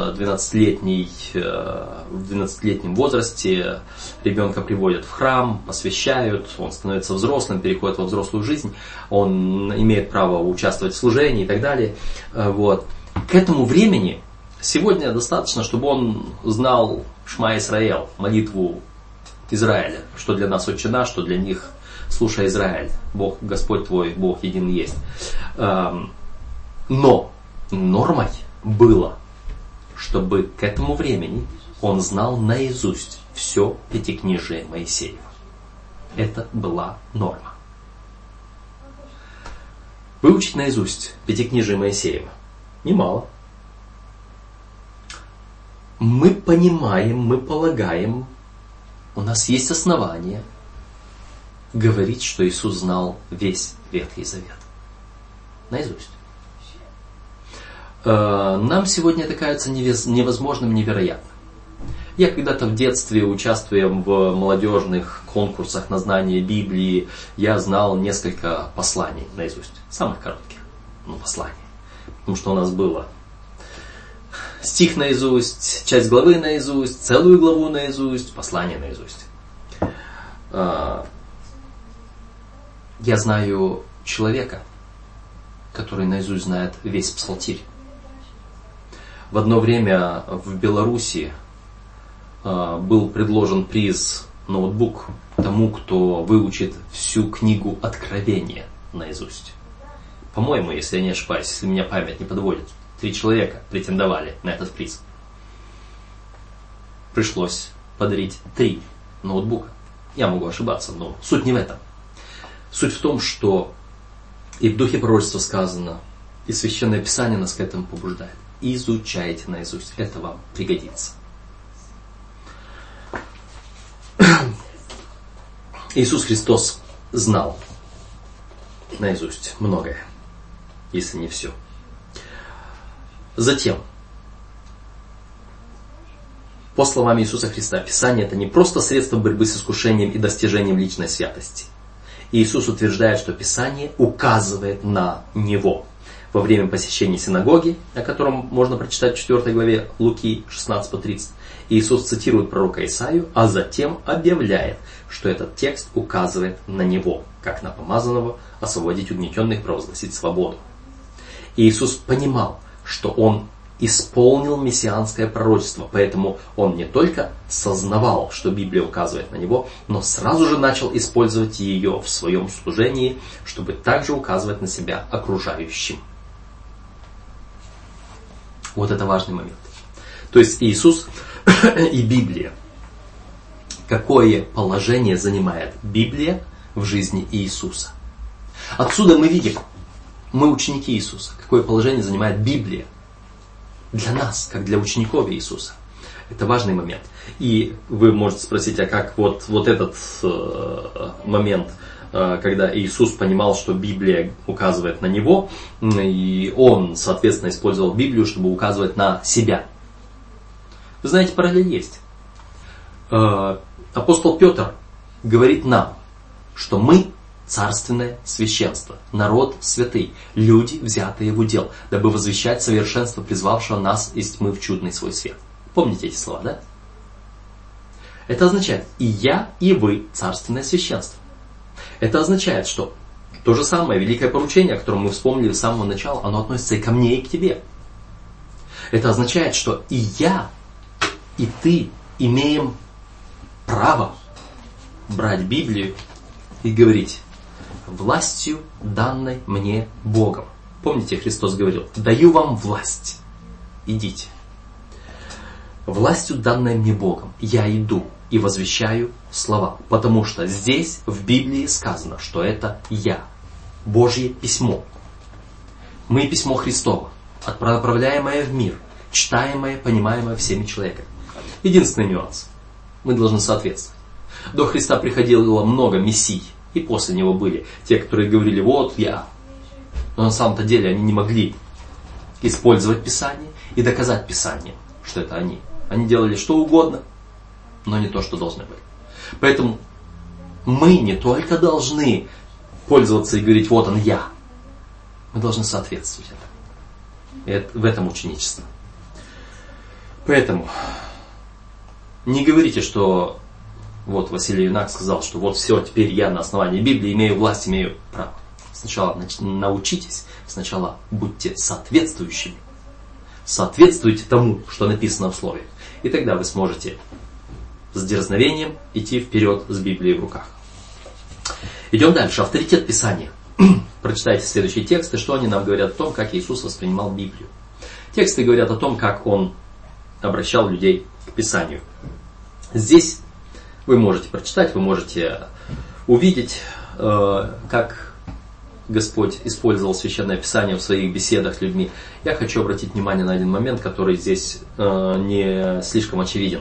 12-летнем возрасте ребенка приводят в храм, посвящают, он становится взрослым, переходит во взрослую жизнь, он имеет право участвовать в служении и так далее. Вот. К этому времени сегодня достаточно, чтобы он знал Шма Исраэл, молитву Израиля, что для нас Отче наш, что для них слушай Израиль, Бог, Господь твой, Бог един есть. Но нормой было, чтобы к этому времени он знал наизусть все Пятикнижие Моисеева. Это была норма. Выучить наизусть Пятикнижие Моисеева немало. Мы понимаем, мы полагаем, у нас есть основания говорить, что Иисус знал весь Ветхий Завет. Наизусть. Нам сегодня это кажется невозможным, невероятным. Я когда-то в детстве, участвуя в молодежных конкурсах на знание Библии, я знал несколько посланий наизусть. Самых коротких, посланий. Потому что у нас было стих наизусть, часть главы наизусть, целую главу наизусть, послание наизусть. Я знаю человека, который наизусть знает весь псалтирь. В одно время в Беларуси был предложен приз ноутбук тому, кто выучит всю книгу Откровения наизусть. По-моему, если я не ошибаюсь, если меня память не подводит, 3 человека претендовали на этот приз. Пришлось подарить 3 ноутбука. Я могу ошибаться, но суть не в этом. Суть в том, что и в Духе пророчества сказано, и Священное Писание нас к этому побуждает. Изучайте наизусть, это вам пригодится. Иисус Христос знал наизусть многое, если не все. Затем, по словам Иисуса Христа, Писание это не просто средство борьбы с искушением и достижением личной святости. Иисус утверждает, что Писание указывает на Него. Во время посещения синагоги, о котором можно прочитать в 4 главе Луки 16-30, Иисус цитирует пророка Исаию, а затем объявляет, что этот текст указывает на Него, как на помазанного освободить угнетенных, провозгласить свободу. И Иисус понимал, что Он исполнил мессианское пророчество, поэтому Он не только сознавал, что Библия указывает на Него, но сразу же начал использовать ее в своем служении, чтобы также указывать на себя окружающим. Вот это важный момент. То есть Иисус и Библия. Какое положение занимает Библия в жизни Иисуса? Отсюда мы видим, мы ученики Иисуса, какое положение занимает Библия для нас, как для учеников Иисуса. Это важный момент. И вы можете спросить, а как вот этот момент, когда Иисус понимал, что Библия указывает на Него, и Он, соответственно, использовал Библию, чтобы указывать на себя. Вы знаете, параллель есть. Апостол Петр говорит нам, что мы царственное священство, народ святый, люди, взятые в удел, дабы возвещать совершенство призвавшего нас из тьмы в чудный свой свет. Помните эти слова, да? Это означает, и я, и вы царственное священство. Это означает, что то же самое великое поручение, о котором мы вспомнили с самого начала, оно относится и ко мне, и к тебе. Это означает, что и я, и ты имеем право брать Библию и говорить: властью, данной мне Богом. Помните, Христос говорил: даю вам власть, идите. Властью, данной мне Богом, я иду и возвещаю слова, потому что здесь в Библии сказано, что это я, Божье письмо. Мы письмо Христово, отправляемое в мир, читаемое, понимаемое всеми человеками. Единственный нюанс: мы должны соответствовать. До Христа приходило много мессий, и после него были те, которые говорили: вот я. Но на самом-то деле они не могли использовать Писание и доказать Писанием, что это они. Они делали что угодно, но не то, что должны были. Поэтому мы не только должны пользоваться и говорить: вот он я. Мы должны соответствовать этому. И в этом ученичество. Поэтому не говорите, что вот Василий Юнак сказал, что вот все, теперь я на основании Библии имею власть, имею право. Сначала научитесь, сначала будьте соответствующими. Соответствуйте тому, что написано в Слове. И тогда вы сможете с дерзновением идти вперед с Библией в руках. Идем дальше. Авторитет Писания. Прочитайте следующие тексты, что они нам говорят о том, как Иисус воспринимал Библию. Тексты говорят о том, как он обращал людей к Писанию. Здесь вы можете прочитать, вы можете увидеть, как Господь использовал Священное Писание в своих беседах с людьми. Я хочу обратить внимание на один момент, который здесь не слишком очевиден.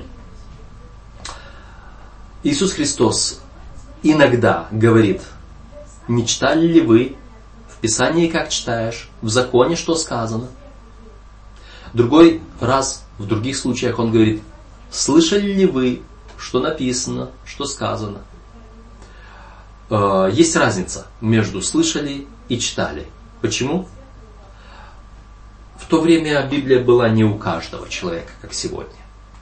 Иисус Христос иногда говорит: не читали ли вы в Писании, как читаешь, в законе, что сказано? Другой раз, в других случаях он говорит: слышали ли вы, что написано, что сказано? Есть разница между слышали и читали. Почему? В то время Библия была не у каждого человека, как сегодня.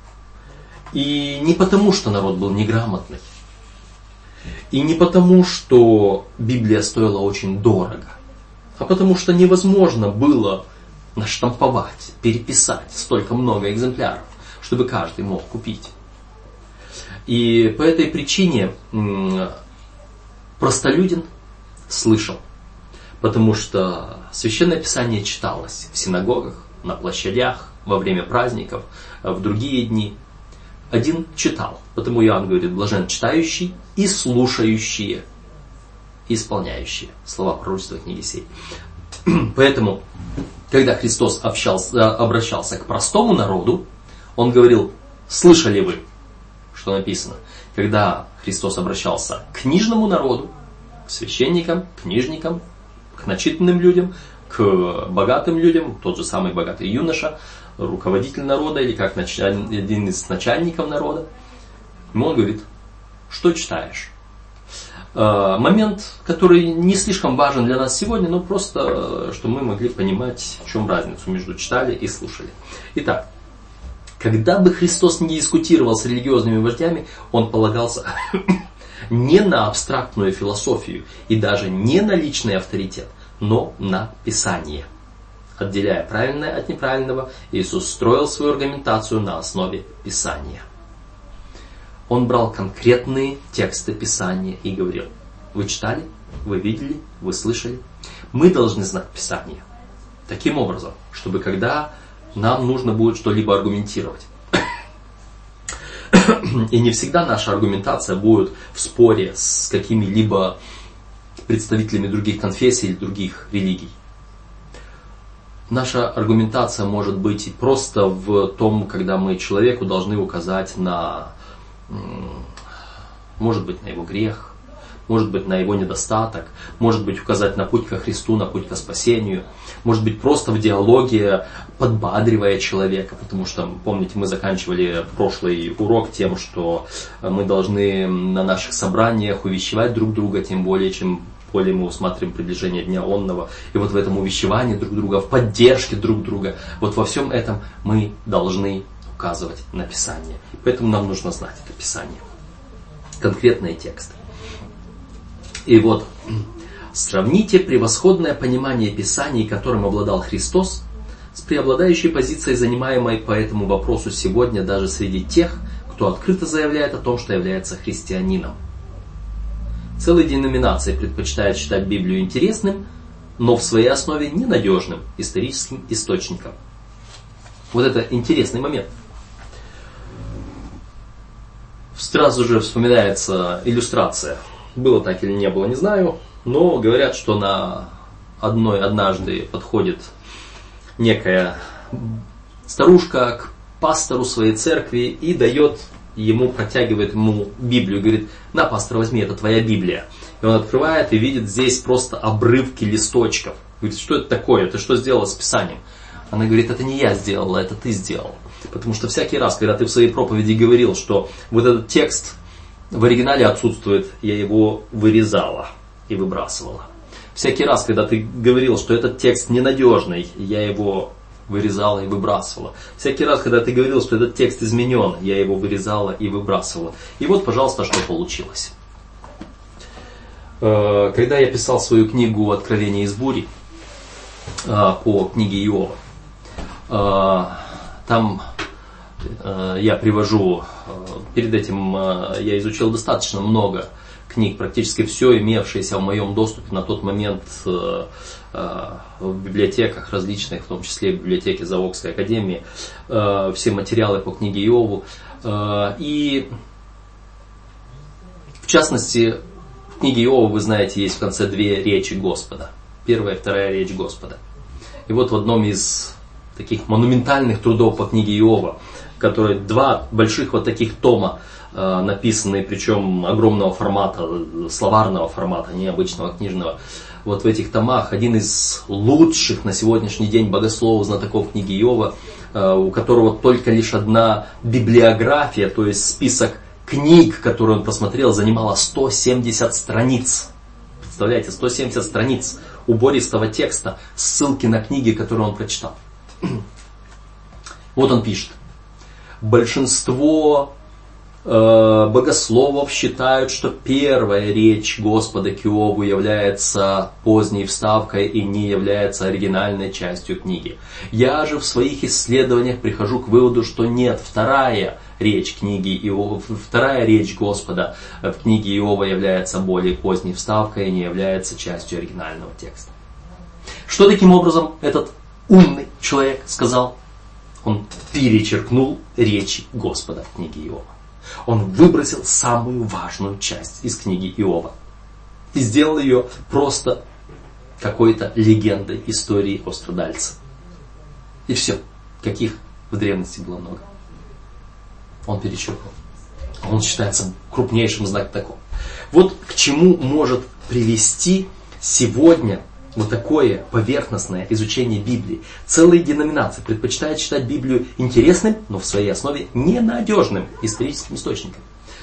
И не потому, что народ был неграмотный. И не потому, что Библия стоила очень дорого. А потому, что невозможно было наштамповать, переписать столько много экземпляров, чтобы каждый мог купить. И по этой причине простолюдин слышал. Потому что Священное Писание читалось в синагогах, на площадях, во время праздников, в другие дни. Один читал. Потому Иоанн говорит: блажен читающий и слушающие, и исполняющие слова пророчества книги сей. Поэтому, когда Христос обращался к простому народу, Он говорил: слышали вы, что написано. Когда Христос обращался к книжному народу, к священникам, книжникам, к начитанным людям, к богатым людям, тот же самый богатый юноша, руководитель народа или как один из начальников народа, ему он говорит: что читаешь? Момент, который не слишком важен для нас сегодня, но просто, чтобы мы могли понимать, в чем разница между читали и слушали. Итак, когда бы Христос не дискутировал с религиозными вождями, Он полагался не на абстрактную философию и даже не на личный авторитет, но на Писание. Отделяя правильное от неправильного, Иисус строил свою аргументацию на основе Писания. Он брал конкретные тексты Писания и говорил: вы читали, вы видели, вы слышали. Мы должны знать Писание таким образом, чтобы когда нам нужно будет что-либо аргументировать. И не всегда наша аргументация будет в споре с какими-либо представителями других конфессий или других религий. Наша аргументация может быть и просто в том, когда мы человеку должны указать на, может быть, на его грех, может быть, на его недостаток, может быть, указать на путь ко Христу, на путь ко спасению, может быть, просто в диалоге подбадривая человека, потому что, помните, мы заканчивали прошлый урок тем, что мы должны на наших собраниях увещевать друг друга, тем более, чем более мы усматриваем приближение Дня Онного. И вот в этом увещевании друг друга, в поддержке друг друга, вот во всем этом мы должны указывать на Писание. Поэтому нам нужно знать это Писание. Конкретные тексты. И вот, сравните превосходное понимание Писаний, которым обладал Христос, с преобладающей позицией, занимаемой по этому вопросу сегодня даже среди тех, кто открыто заявляет о том, что является христианином. Целые деноминации предпочитают считать Библию интересным, но в своей основе ненадежным историческим источником. Вот это интересный момент. Сразу же вспоминается иллюстрация. Было так или не было, не знаю, но говорят, что на однажды подходит некая старушка к пастору своей церкви и протягивает ему Библию, говорит: на, пастор, возьми, это твоя Библия. И он открывает и видит здесь просто обрывки листочков. Говорит: что это такое? Ты что сделала с Писанием? Она говорит: это не я сделала, это ты сделал. Потому что всякий раз, когда ты в своей проповеди говорил, что вот этот текст в оригинале отсутствует, я его вырезала и выбрасывала. Всякий раз, когда ты говорил, что этот текст ненадежный, я его вырезала и выбрасывала. Всякий раз, когда ты говорил, что этот текст изменен, я его вырезала и выбрасывала. И вот, пожалуйста, что получилось. Когда я писал свою книгу «Откровение из бури» по книге Иова, там я привожу, перед этим я изучил достаточно много книг, практически все имевшееся в моем доступе на тот момент в библиотеках различных, в том числе в библиотеке Завокской академии, все материалы по книге Иову. И в частности, в книге Иова, вы знаете, есть в конце две речи Господа. Первая и вторая речь Господа. И вот в одном из таких монументальных трудов по книге Иова, которые два больших вот таких тома, написанные, причем огромного формата, словарного формата, необычного книжного. Вот в этих томах один из лучших на сегодняшний день богословов, знатоков книги Иова, у которого только лишь одна библиография, то есть список книг, которые он посмотрел, занимала 170 страниц. Представляете, 170 страниц убористого текста, ссылки на книги, которые он прочитал. Вот он пишет. Большинство богословов считают, что первая речь Господа к Иову является поздней вставкой и не является оригинальной частью книги. Я же в своих исследованиях прихожу к выводу, что нет, вторая речь Господа в книге Иова является более поздней вставкой и не является частью оригинального текста. Что таким образом этот умный человек сказал? Он перечеркнул речи Господа в книге Иова. Он выбросил самую важную часть из книги Иова и сделал ее просто какой-то легендой истории о страдальце. И все. Каких в древности было много. Он перечеркнул. Он считается крупнейшим знатоком. Вот к чему может привести сегодня вот такое поверхностное изучение Библии. Целые деноминации предпочитают считать Библию интересным, но в своей основе ненадежным историческим источником.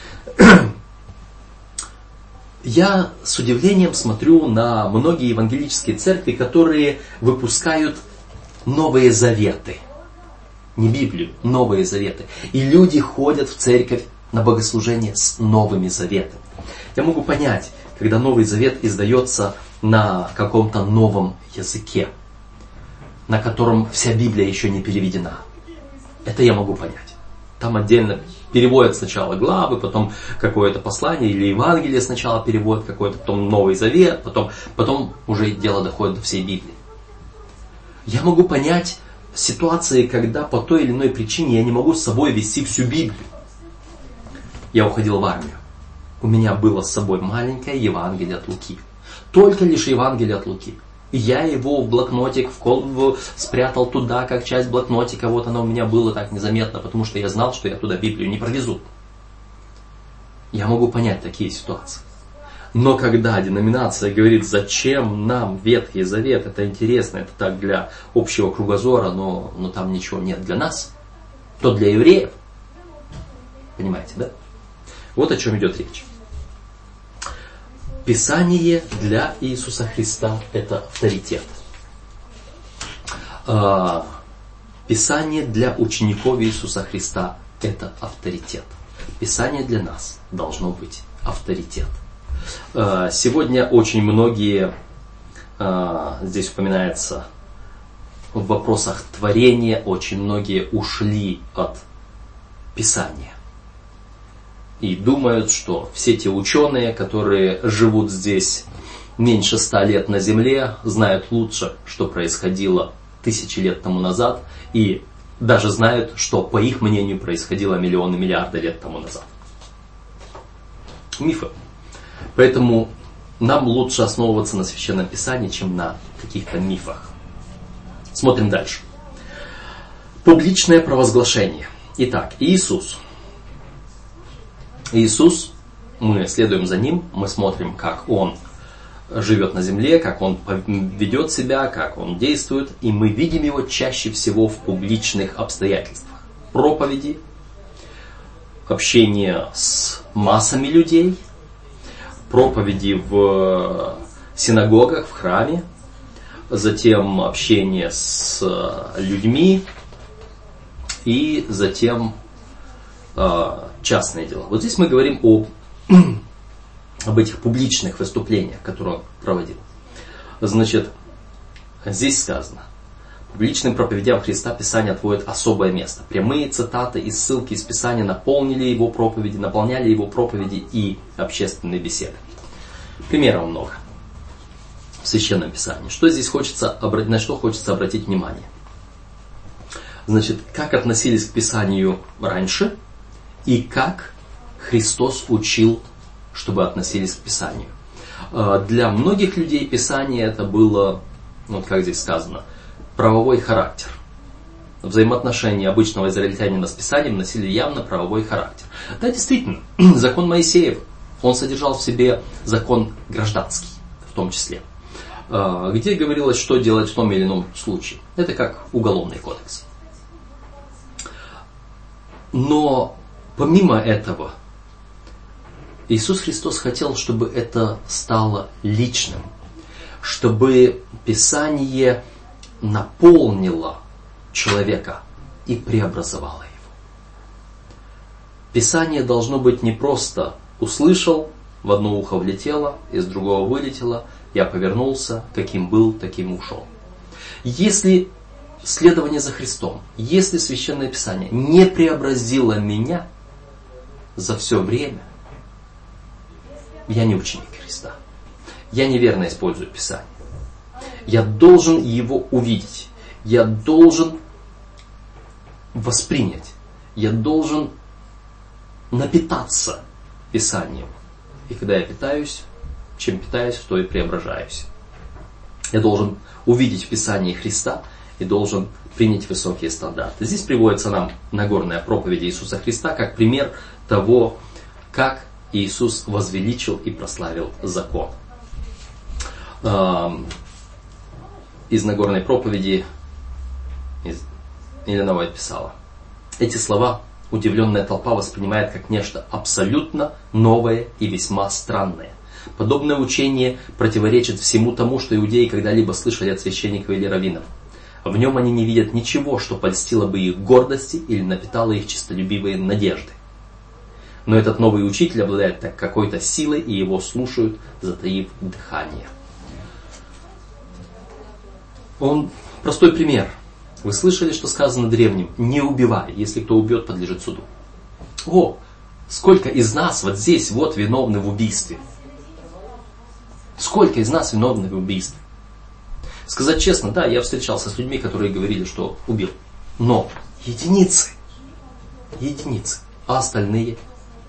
Я с удивлением смотрю на многие евангелические церкви, которые выпускают Новые Заветы. Не Библию, Новые Заветы. И люди ходят в церковь на богослужение с Новыми Заветами. Я могу понять, когда Новый Завет издается на каком-то новом языке, на котором вся Библия еще не переведена. Это я могу понять. Там отдельно переводят сначала главы, потом какое-то послание или Евангелие сначала переводят какой-то, потом Новый Завет, потом уже дело доходит до всей Библии. Я могу понять ситуации, когда по той или иной причине я не могу с собой вести всю Библию. Я уходил в армию. У меня было с собой маленькое Евангелие от Луки. Только лишь Евангелие от Луки. Я его в блокнотик спрятал туда, как часть блокнотика. Вот оно у меня было так незаметно, потому что я знал, что я туда Библию не провезу. Я могу понять такие ситуации. Но когда деноминация говорит, зачем нам Ветхий Завет, это интересно, это так для общего кругозора, но там ничего нет для нас, то для евреев. Понимаете, да? Вот о чем идет речь. Писание для Иисуса Христа – это авторитет. Писание для учеников Иисуса Христа – это авторитет. Писание для нас должно быть авторитет. Сегодня очень многие, здесь упоминается в вопросах творения, очень многие ушли от Писания. И думают, что все те ученые, которые живут здесь меньше 100 лет на Земле, знают лучше, что происходило 1000 лет тому назад, и даже знают, что, по их мнению, происходило миллионы, миллиарды лет тому назад. Мифы. Поэтому нам лучше основываться на Священном Писании, чем на каких-то мифах. Смотрим дальше. Публичное провозглашение. Итак, Иисус, мы следуем за Ним, мы смотрим, как Он живет на земле, как Он ведет себя, как Он действует, и мы видим Его чаще всего в публичных обстоятельствах. Проповеди, общение с массами людей, проповеди в синагогах, в храме, затем общение с людьми и затем частные дела. Вот здесь мы говорим об этих публичных выступлениях, которые он проводил. Значит, здесь сказано, личным проповедям Христа Писание отводит особое место. Прямые цитаты и ссылки из Писания наполняли его проповеди и общественные беседы. Примеров много в Священном Писании. Что здесь на что хочется обратить внимание? Значит, как относились к Писанию раньше и как Христос учил, чтобы относились к Писанию. Для многих людей Писание это было, как здесь сказано, правовой характер. Взаимоотношения обычного израильтянина с Писанием носили явно правовой характер. Да, действительно, закон Моисеев, он содержал в себе закон гражданский, в том числе, где говорилось, что делать в том или ином случае. Это как уголовный кодекс. Но помимо этого, Иисус Христос хотел, чтобы это стало личным, чтобы Писание наполнило человека и преобразовало его. Писание должно быть не просто услышал, в одно ухо влетело, из другого вылетело, я повернулся, каким был, таким ушел. Если следование за Христом, если Священное Писание не преобразило меня за все время, я не ученик Христа. Я неверно использую Писание. Я должен его увидеть. Я должен воспринять. Я должен напитаться Писанием. И когда я питаюсь, чем питаюсь, в то и преображаюсь. Я должен увидеть в Писании Христа и должен принять высокие стандарты. Здесь приводится нам Нагорная проповедь Иисуса Христа как пример того, как Иисус возвеличил и прославил закон. Из Нагорной проповеди Елена Уайт писала: эти слова удивленная толпа воспринимает как нечто абсолютно новое и весьма странное. Подобное учение противоречит всему тому, что иудеи когда-либо слышали от священников или раввинов. В нем они не видят ничего, что польстило бы их гордости или напитало их честолюбивые надежды. Но этот новый учитель обладает какой-то силой, и его слушают, затаив дыхание. Простой пример. Вы слышали, что сказано древним: не убивай, если кто убьет, подлежит суду. Сколько из нас вот здесь вот виновны в убийстве? Сколько из нас виновны в убийстве? Сказать честно, да, я встречался с людьми, которые говорили, что убил. Но единицы. А остальные?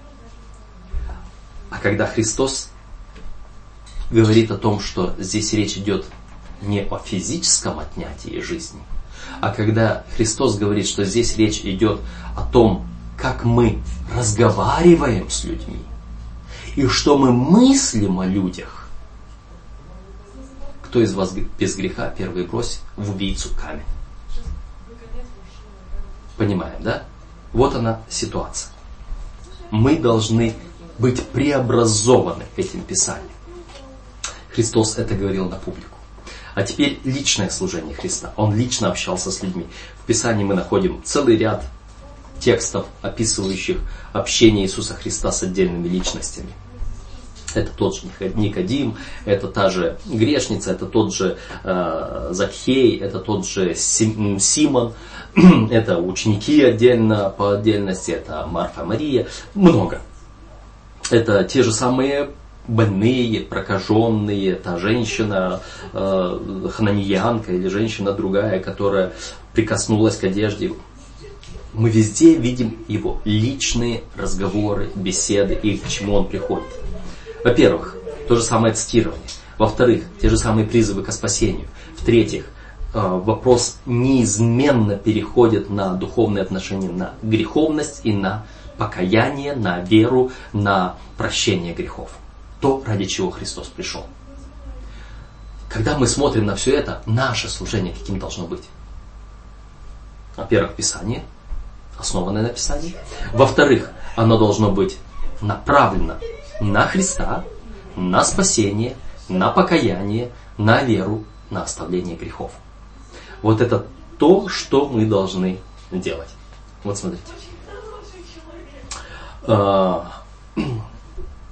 А когда Христос говорит о том, что здесь речь идет не о физическом отнятии жизни, а когда Христос говорит, что здесь речь идет о том, как мы разговариваем с людьми и что мы мыслим о людях. Кто из вас без греха, первый брось в убийцу камень. Понимаем, да? Вот она ситуация. Мы должны быть преобразованы этим Писанием. Христос это говорил на публику. А теперь личное служение Христа. Он лично общался с людьми. В Писании мы находим целый ряд текстов, описывающих общение Иисуса Христа с отдельными личностями. Это тот же Никодим, это та же грешница, это тот же Закхей, это тот же Симон, это ученики отдельно, по отдельности, это Марфа, Мария, много. Это те же самые больные, прокаженные, та женщина, хананеянка или женщина другая, которая прикоснулась к одежде. Мы везде видим его личные разговоры, беседы и к чему он приходит. Во-первых, то же самое цитирование. Во-вторых, те же самые призывы ко спасению. В-третьих, вопрос неизменно переходит на духовные отношения, на греховность и на покаяние, на веру, на прощение грехов. То, ради чего Христос пришел. Когда мы смотрим на все это, наше служение каким должно быть? Во-первых, Писание, основанное на Писании. Во-вторых, оно должно быть направлено на Христа, на спасение, на покаяние, на веру, на оставление грехов. Вот это то, что мы должны делать. Вот смотрите.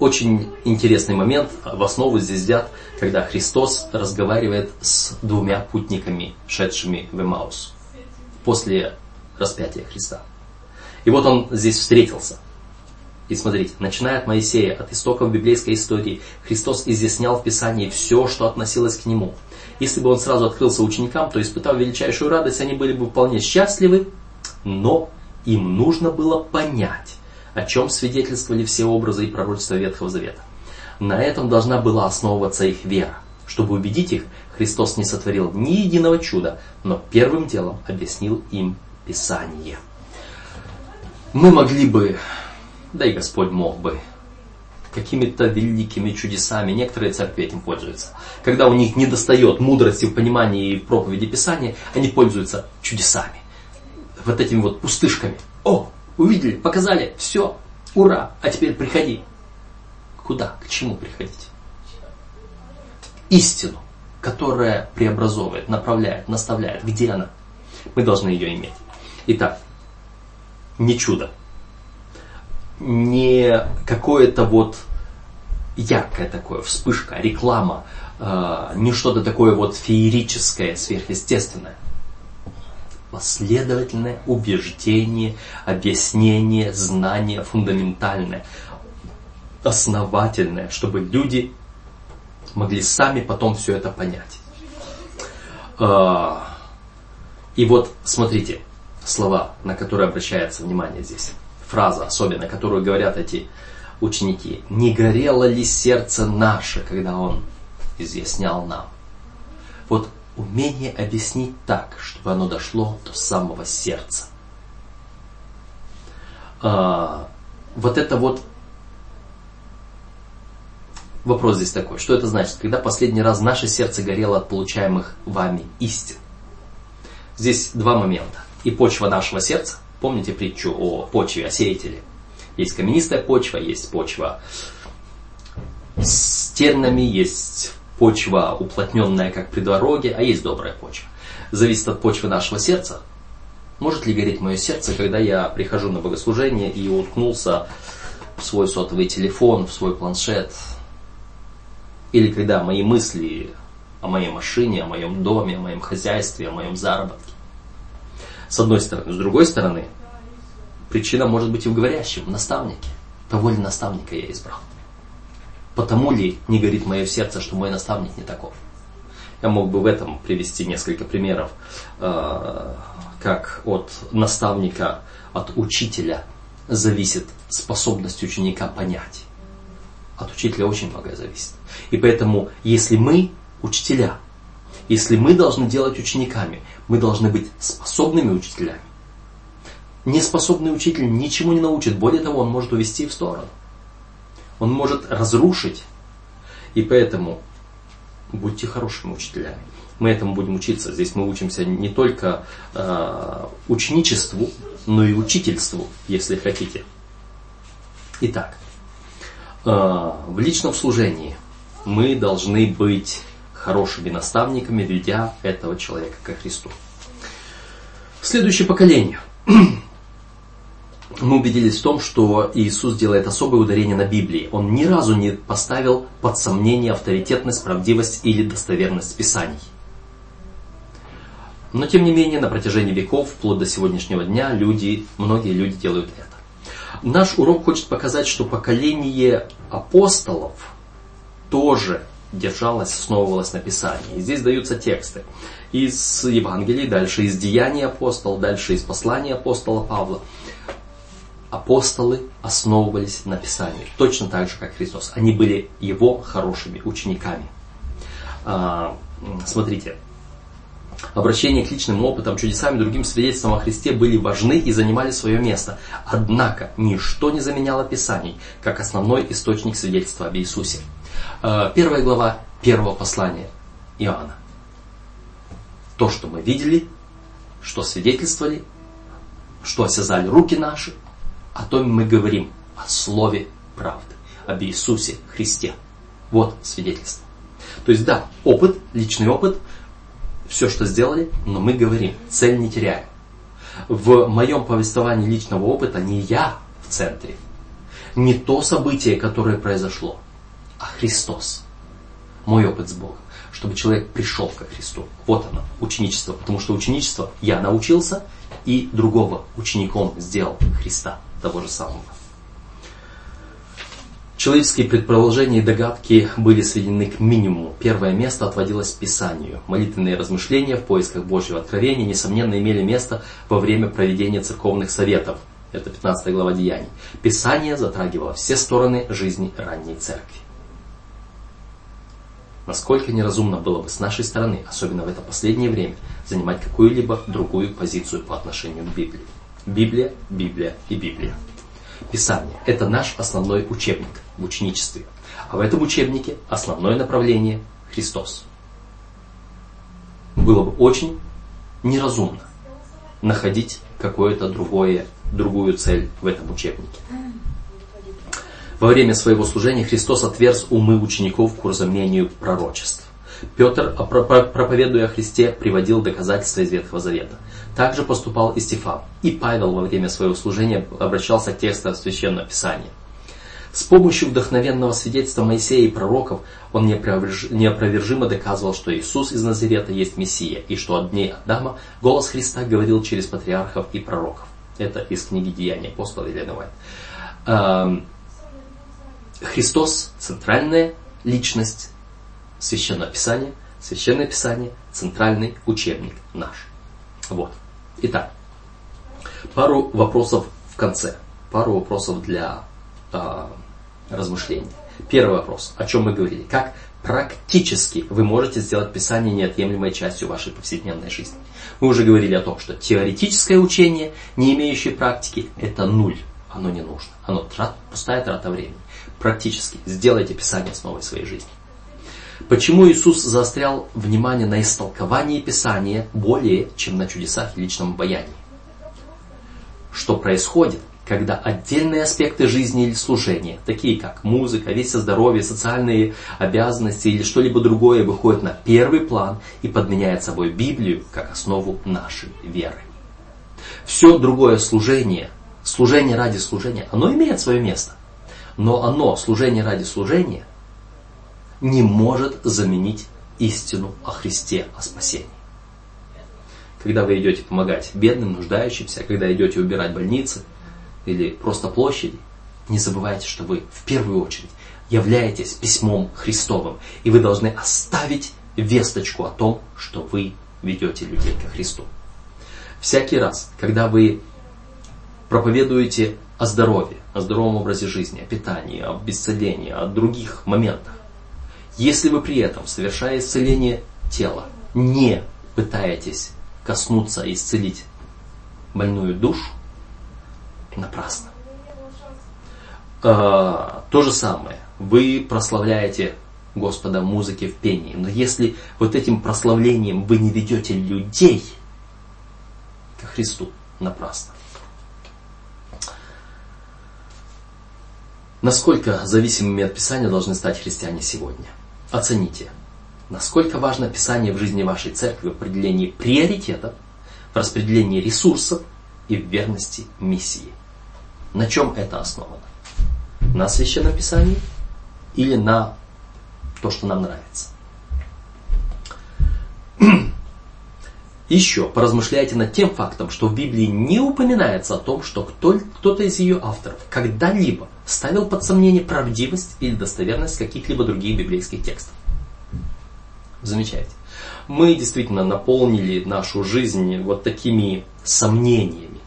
очень интересный момент в основу здесь взят, когда Христос разговаривает с двумя путниками, шедшими в Эмаус после распятия Христа. И вот он здесь встретился. И смотрите, начиная от Моисея, от истоков библейской истории, Христос изъяснял в Писании все, что относилось к Нему. Если бы он сразу открылся ученикам, то, испытав величайшую радость, они были бы вполне счастливы, но им нужно было понять, о чем свидетельствовали все образы и пророчества Ветхого Завета. На этом должна была основываться их вера. Чтобы убедить их, Христос не сотворил ни единого чуда, но первым делом объяснил им Писание. Мы могли бы, да и Господь мог бы, какими-то великими чудесами, некоторые церкви этим пользуются. Когда у них недостает мудрости в понимании и в проповеди Писания, они пользуются чудесами. Вот этими вот пустышками. О, увидели, показали, все, ура, а теперь приходи. Куда, к чему приходить? Истину, которая преобразовывает, направляет, наставляет. Где она? Мы должны ее иметь. Итак, не чудо. Не какое-то вот яркое такое, вспышка, реклама, не что-то такое вот феерическое, сверхъестественное. Последовательное убеждение, объяснение, знание фундаментальное, основательное, чтобы люди могли сами потом все это понять. И вот смотрите, слова, на которые обращается внимание здесь. Фраза особенно, которую говорят эти ученики. «Не горело ли сердце наше, когда Он изъяснял нам?» Вот умение объяснить так, чтобы оно дошло до самого сердца. Вот это вот вопрос здесь такой. Что это значит? Когда последний раз наше сердце горело от получаемых вами истин? Здесь два момента. И почва нашего сердца. Помните притчу о почве, о сеятеле? Есть каменистая почва, есть почва с тернами, есть почва уплотненная, как при дороге, а есть добрая почва. Зависит от почвы нашего сердца. Может ли гореть мое сердце, когда я прихожу на богослужение и уткнулся в свой сотовый телефон, в свой планшет? Или когда мои мысли о моей машине, о моем доме, о моем хозяйстве, о моем заработке? С одной стороны. С другой стороны, причина может быть и в говорящем, в наставнике. Того ли наставника я избрал? Потому ли не горит мое сердце, что мой наставник не таков? Я мог бы в этом привести несколько примеров, как от наставника, от учителя зависит способность ученика понять. От учителя очень многое зависит. И поэтому, если мы, учителя, если мы должны делать учениками, мы должны быть способными учителями. Неспособный учитель ничему не научит. Более того, он может увести в сторону. Он может разрушить. И поэтому будьте хорошими учителями. Мы этому будем учиться. Здесь мы учимся не только ученичеству, но и учительству, если хотите. Итак, в личном служении мы должны быть хорошими наставниками, ведя этого человека ко Христу. Следующее поколение. Мы убедились в том, что Иисус делает особое ударение на Библии. Он ни разу не поставил под сомнение авторитетность, правдивость или достоверность Писаний. Но тем не менее, на протяжении веков, вплоть до сегодняшнего дня, многие люди делают это. Наш урок хочет показать, что поколение апостолов тоже держалось, основывалось на Писании. И здесь даются тексты из Евангелий, дальше из Деяний апостолов, дальше из послания апостола Павла. Апостолы основывались на Писании, точно так же, как Христос. Они были Его хорошими учениками. Смотрите, обращение к личным опытам, чудесам и другим свидетельствам о Христе были важны и занимали свое место. Однако, ничто не заменяло Писаний, как основной источник свидетельства об Иисусе. 1 глава 1 послания Иоанна. То, что мы видели, что свидетельствовали, что осязали руки наши, о том мы говорим, о слове правды, об Иисусе Христе. Вот свидетельство. То есть да, опыт, личный опыт, все, что сделали, но мы говорим, цель не теряем. В моем повествовании личного опыта не я в центре. Не то событие, которое произошло, а Христос. Мой опыт с Богом. Чтобы человек пришел ко Христу. Вот оно, ученичество. Потому что ученичество я научился и другого учеником сделал Христа, того же самого. Человеческие предположения и догадки были сведены к минимуму. Первое место отводилось Писанию. Молитвенные размышления в поисках Божьего откровения, несомненно, имели место во время проведения церковных советов. Это 15 глава Деяний. Писание затрагивало все стороны жизни ранней церкви. Насколько неразумно было бы с нашей стороны, особенно в это последнее время, занимать какую-либо другую позицию по отношению к Библии. Библия, Библия и Библия. Писание – это наш основной учебник в ученичестве. А в этом учебнике основное направление – Христос. Было бы очень неразумно находить какую-то другую цель в этом учебнике. Во время своего служения Христос отверз умы учеников к уразумению пророчеств. Петр, проповедуя о Христе, приводил доказательства из Ветхого Завета. Также поступал и Стефан. И Павел во время своего служения обращался к текстам Священного Писания. С помощью вдохновенного свидетельства Моисея и пророков он неопровержимо доказывал, что Иисус из Назарета есть Мессия, и что от дней Адама голос Христа говорил через патриархов и пророков. Это из книги «Деяния апостола» Елены Уайт. Христос – центральная личность Священного Писания. Священное Писание – центральный учебник наш. Вот. Итак, пару вопросов в конце. Пару вопросов для размышлений. Первый вопрос, о чем мы говорили. Как практически вы можете сделать Писание неотъемлемой частью вашей повседневной жизни? Мы уже говорили о том, что теоретическое учение, не имеющее практики, это нуль. Оно не нужно. Оно пустая трата времени. Практически сделайте Писание основой своей жизни. Почему Иисус заострял внимание на истолковании Писания более, чем на чудесах и личном обаянии? Что происходит, когда отдельные аспекты жизни или служения, такие как музыка, весть о здоровье, социальные обязанности или что-либо другое, выходят на первый план и подменяют собой Библию как основу нашей веры? Все другое служение ради служения, оно имеет свое место. Но служение ради служения, не может заменить истину о Христе, о спасении. Когда вы идете помогать бедным, нуждающимся, когда идете убирать больницы или просто площади, не забывайте, что вы в первую очередь являетесь письмом Христовым, и вы должны оставить весточку о том, что вы ведете людей ко Христу. Всякий раз, когда вы проповедуете о здоровье, о здоровом образе жизни, о питании, об исцелении, о других моментах, если вы при этом, совершая исцеление тела, не пытаетесь коснуться и исцелить больную душу, напрасно. То же самое. Вы прославляете Господа в музыке, в пении. Но если вот этим прославлением вы не ведете людей ко Христу, напрасно. Насколько зависимыми от Писания должны стать христиане сегодня? Оцените, насколько важно Писание в жизни вашей церкви в определении приоритетов, в распределении ресурсов и в верности миссии. На чем это основано? На Священном Писании или на то, что нам нравится? Еще поразмышляйте над тем фактом, что в Библии не упоминается о том, что кто-то из ее авторов когда-либо ставил под сомнение правдивость или достоверность каких-либо других библейских текстов. Замечайте. Мы действительно наполнили нашу жизнь вот такими сомнениями.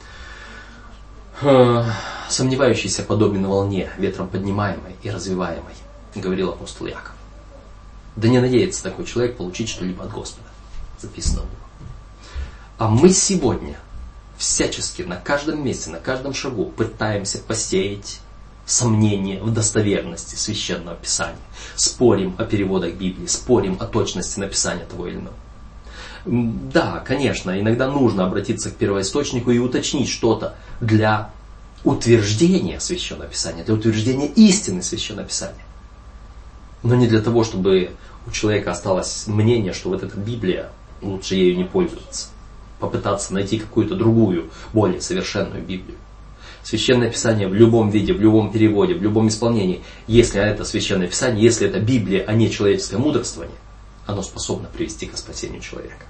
Сомневающийся подобен волне, ветром поднимаемой и развиваемой, говорил апостол Иаков. Да не надеется такой человек получить что-либо от Господа. Записано было. А мы сегодня всячески на каждом месте, на каждом шагу пытаемся посеять сомнения в достоверности Священного Писания. Спорим о переводах Библии, спорим о точности написания того или иного. Да, конечно, иногда нужно обратиться к первоисточнику и уточнить что-то для утверждения Священного Писания, для утверждения истины Священного Писания. Но не для того, чтобы у человека осталось мнение, что вот эта Библия, лучше ею не пользоваться. Попытаться найти какую-то другую, более совершенную Библию. Священное Писание в любом виде, в любом переводе, в любом исполнении, если это Священное Писание, если это Библия, а не человеческое мудрствование, оно способно привести к спасению человека.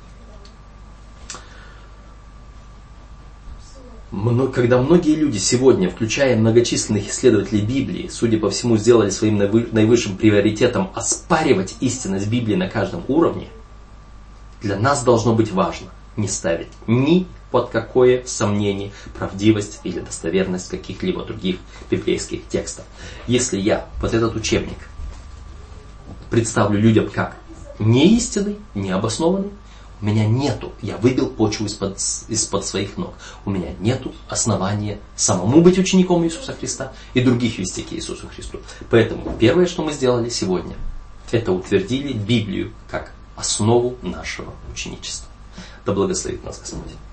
Когда многие люди сегодня, включая многочисленных исследователей Библии, судя по всему, сделали своим наивысшим приоритетом оспаривать истинность Библии на каждом уровне, для нас должно быть важно не ставить ни под какое сомнение правдивость или достоверность каких-либо других библейских текстов. Если я вот этот учебник представлю людям как неистинный, необоснованный, у меня нету, я выбил почву из-под своих ног. У меня нету основания самому быть учеником Иисуса Христа и других вести к Иисусу Христу. Поэтому первое, что мы сделали сегодня, это утвердили Библию как основу нашего ученичества. Да благословит нас Господь.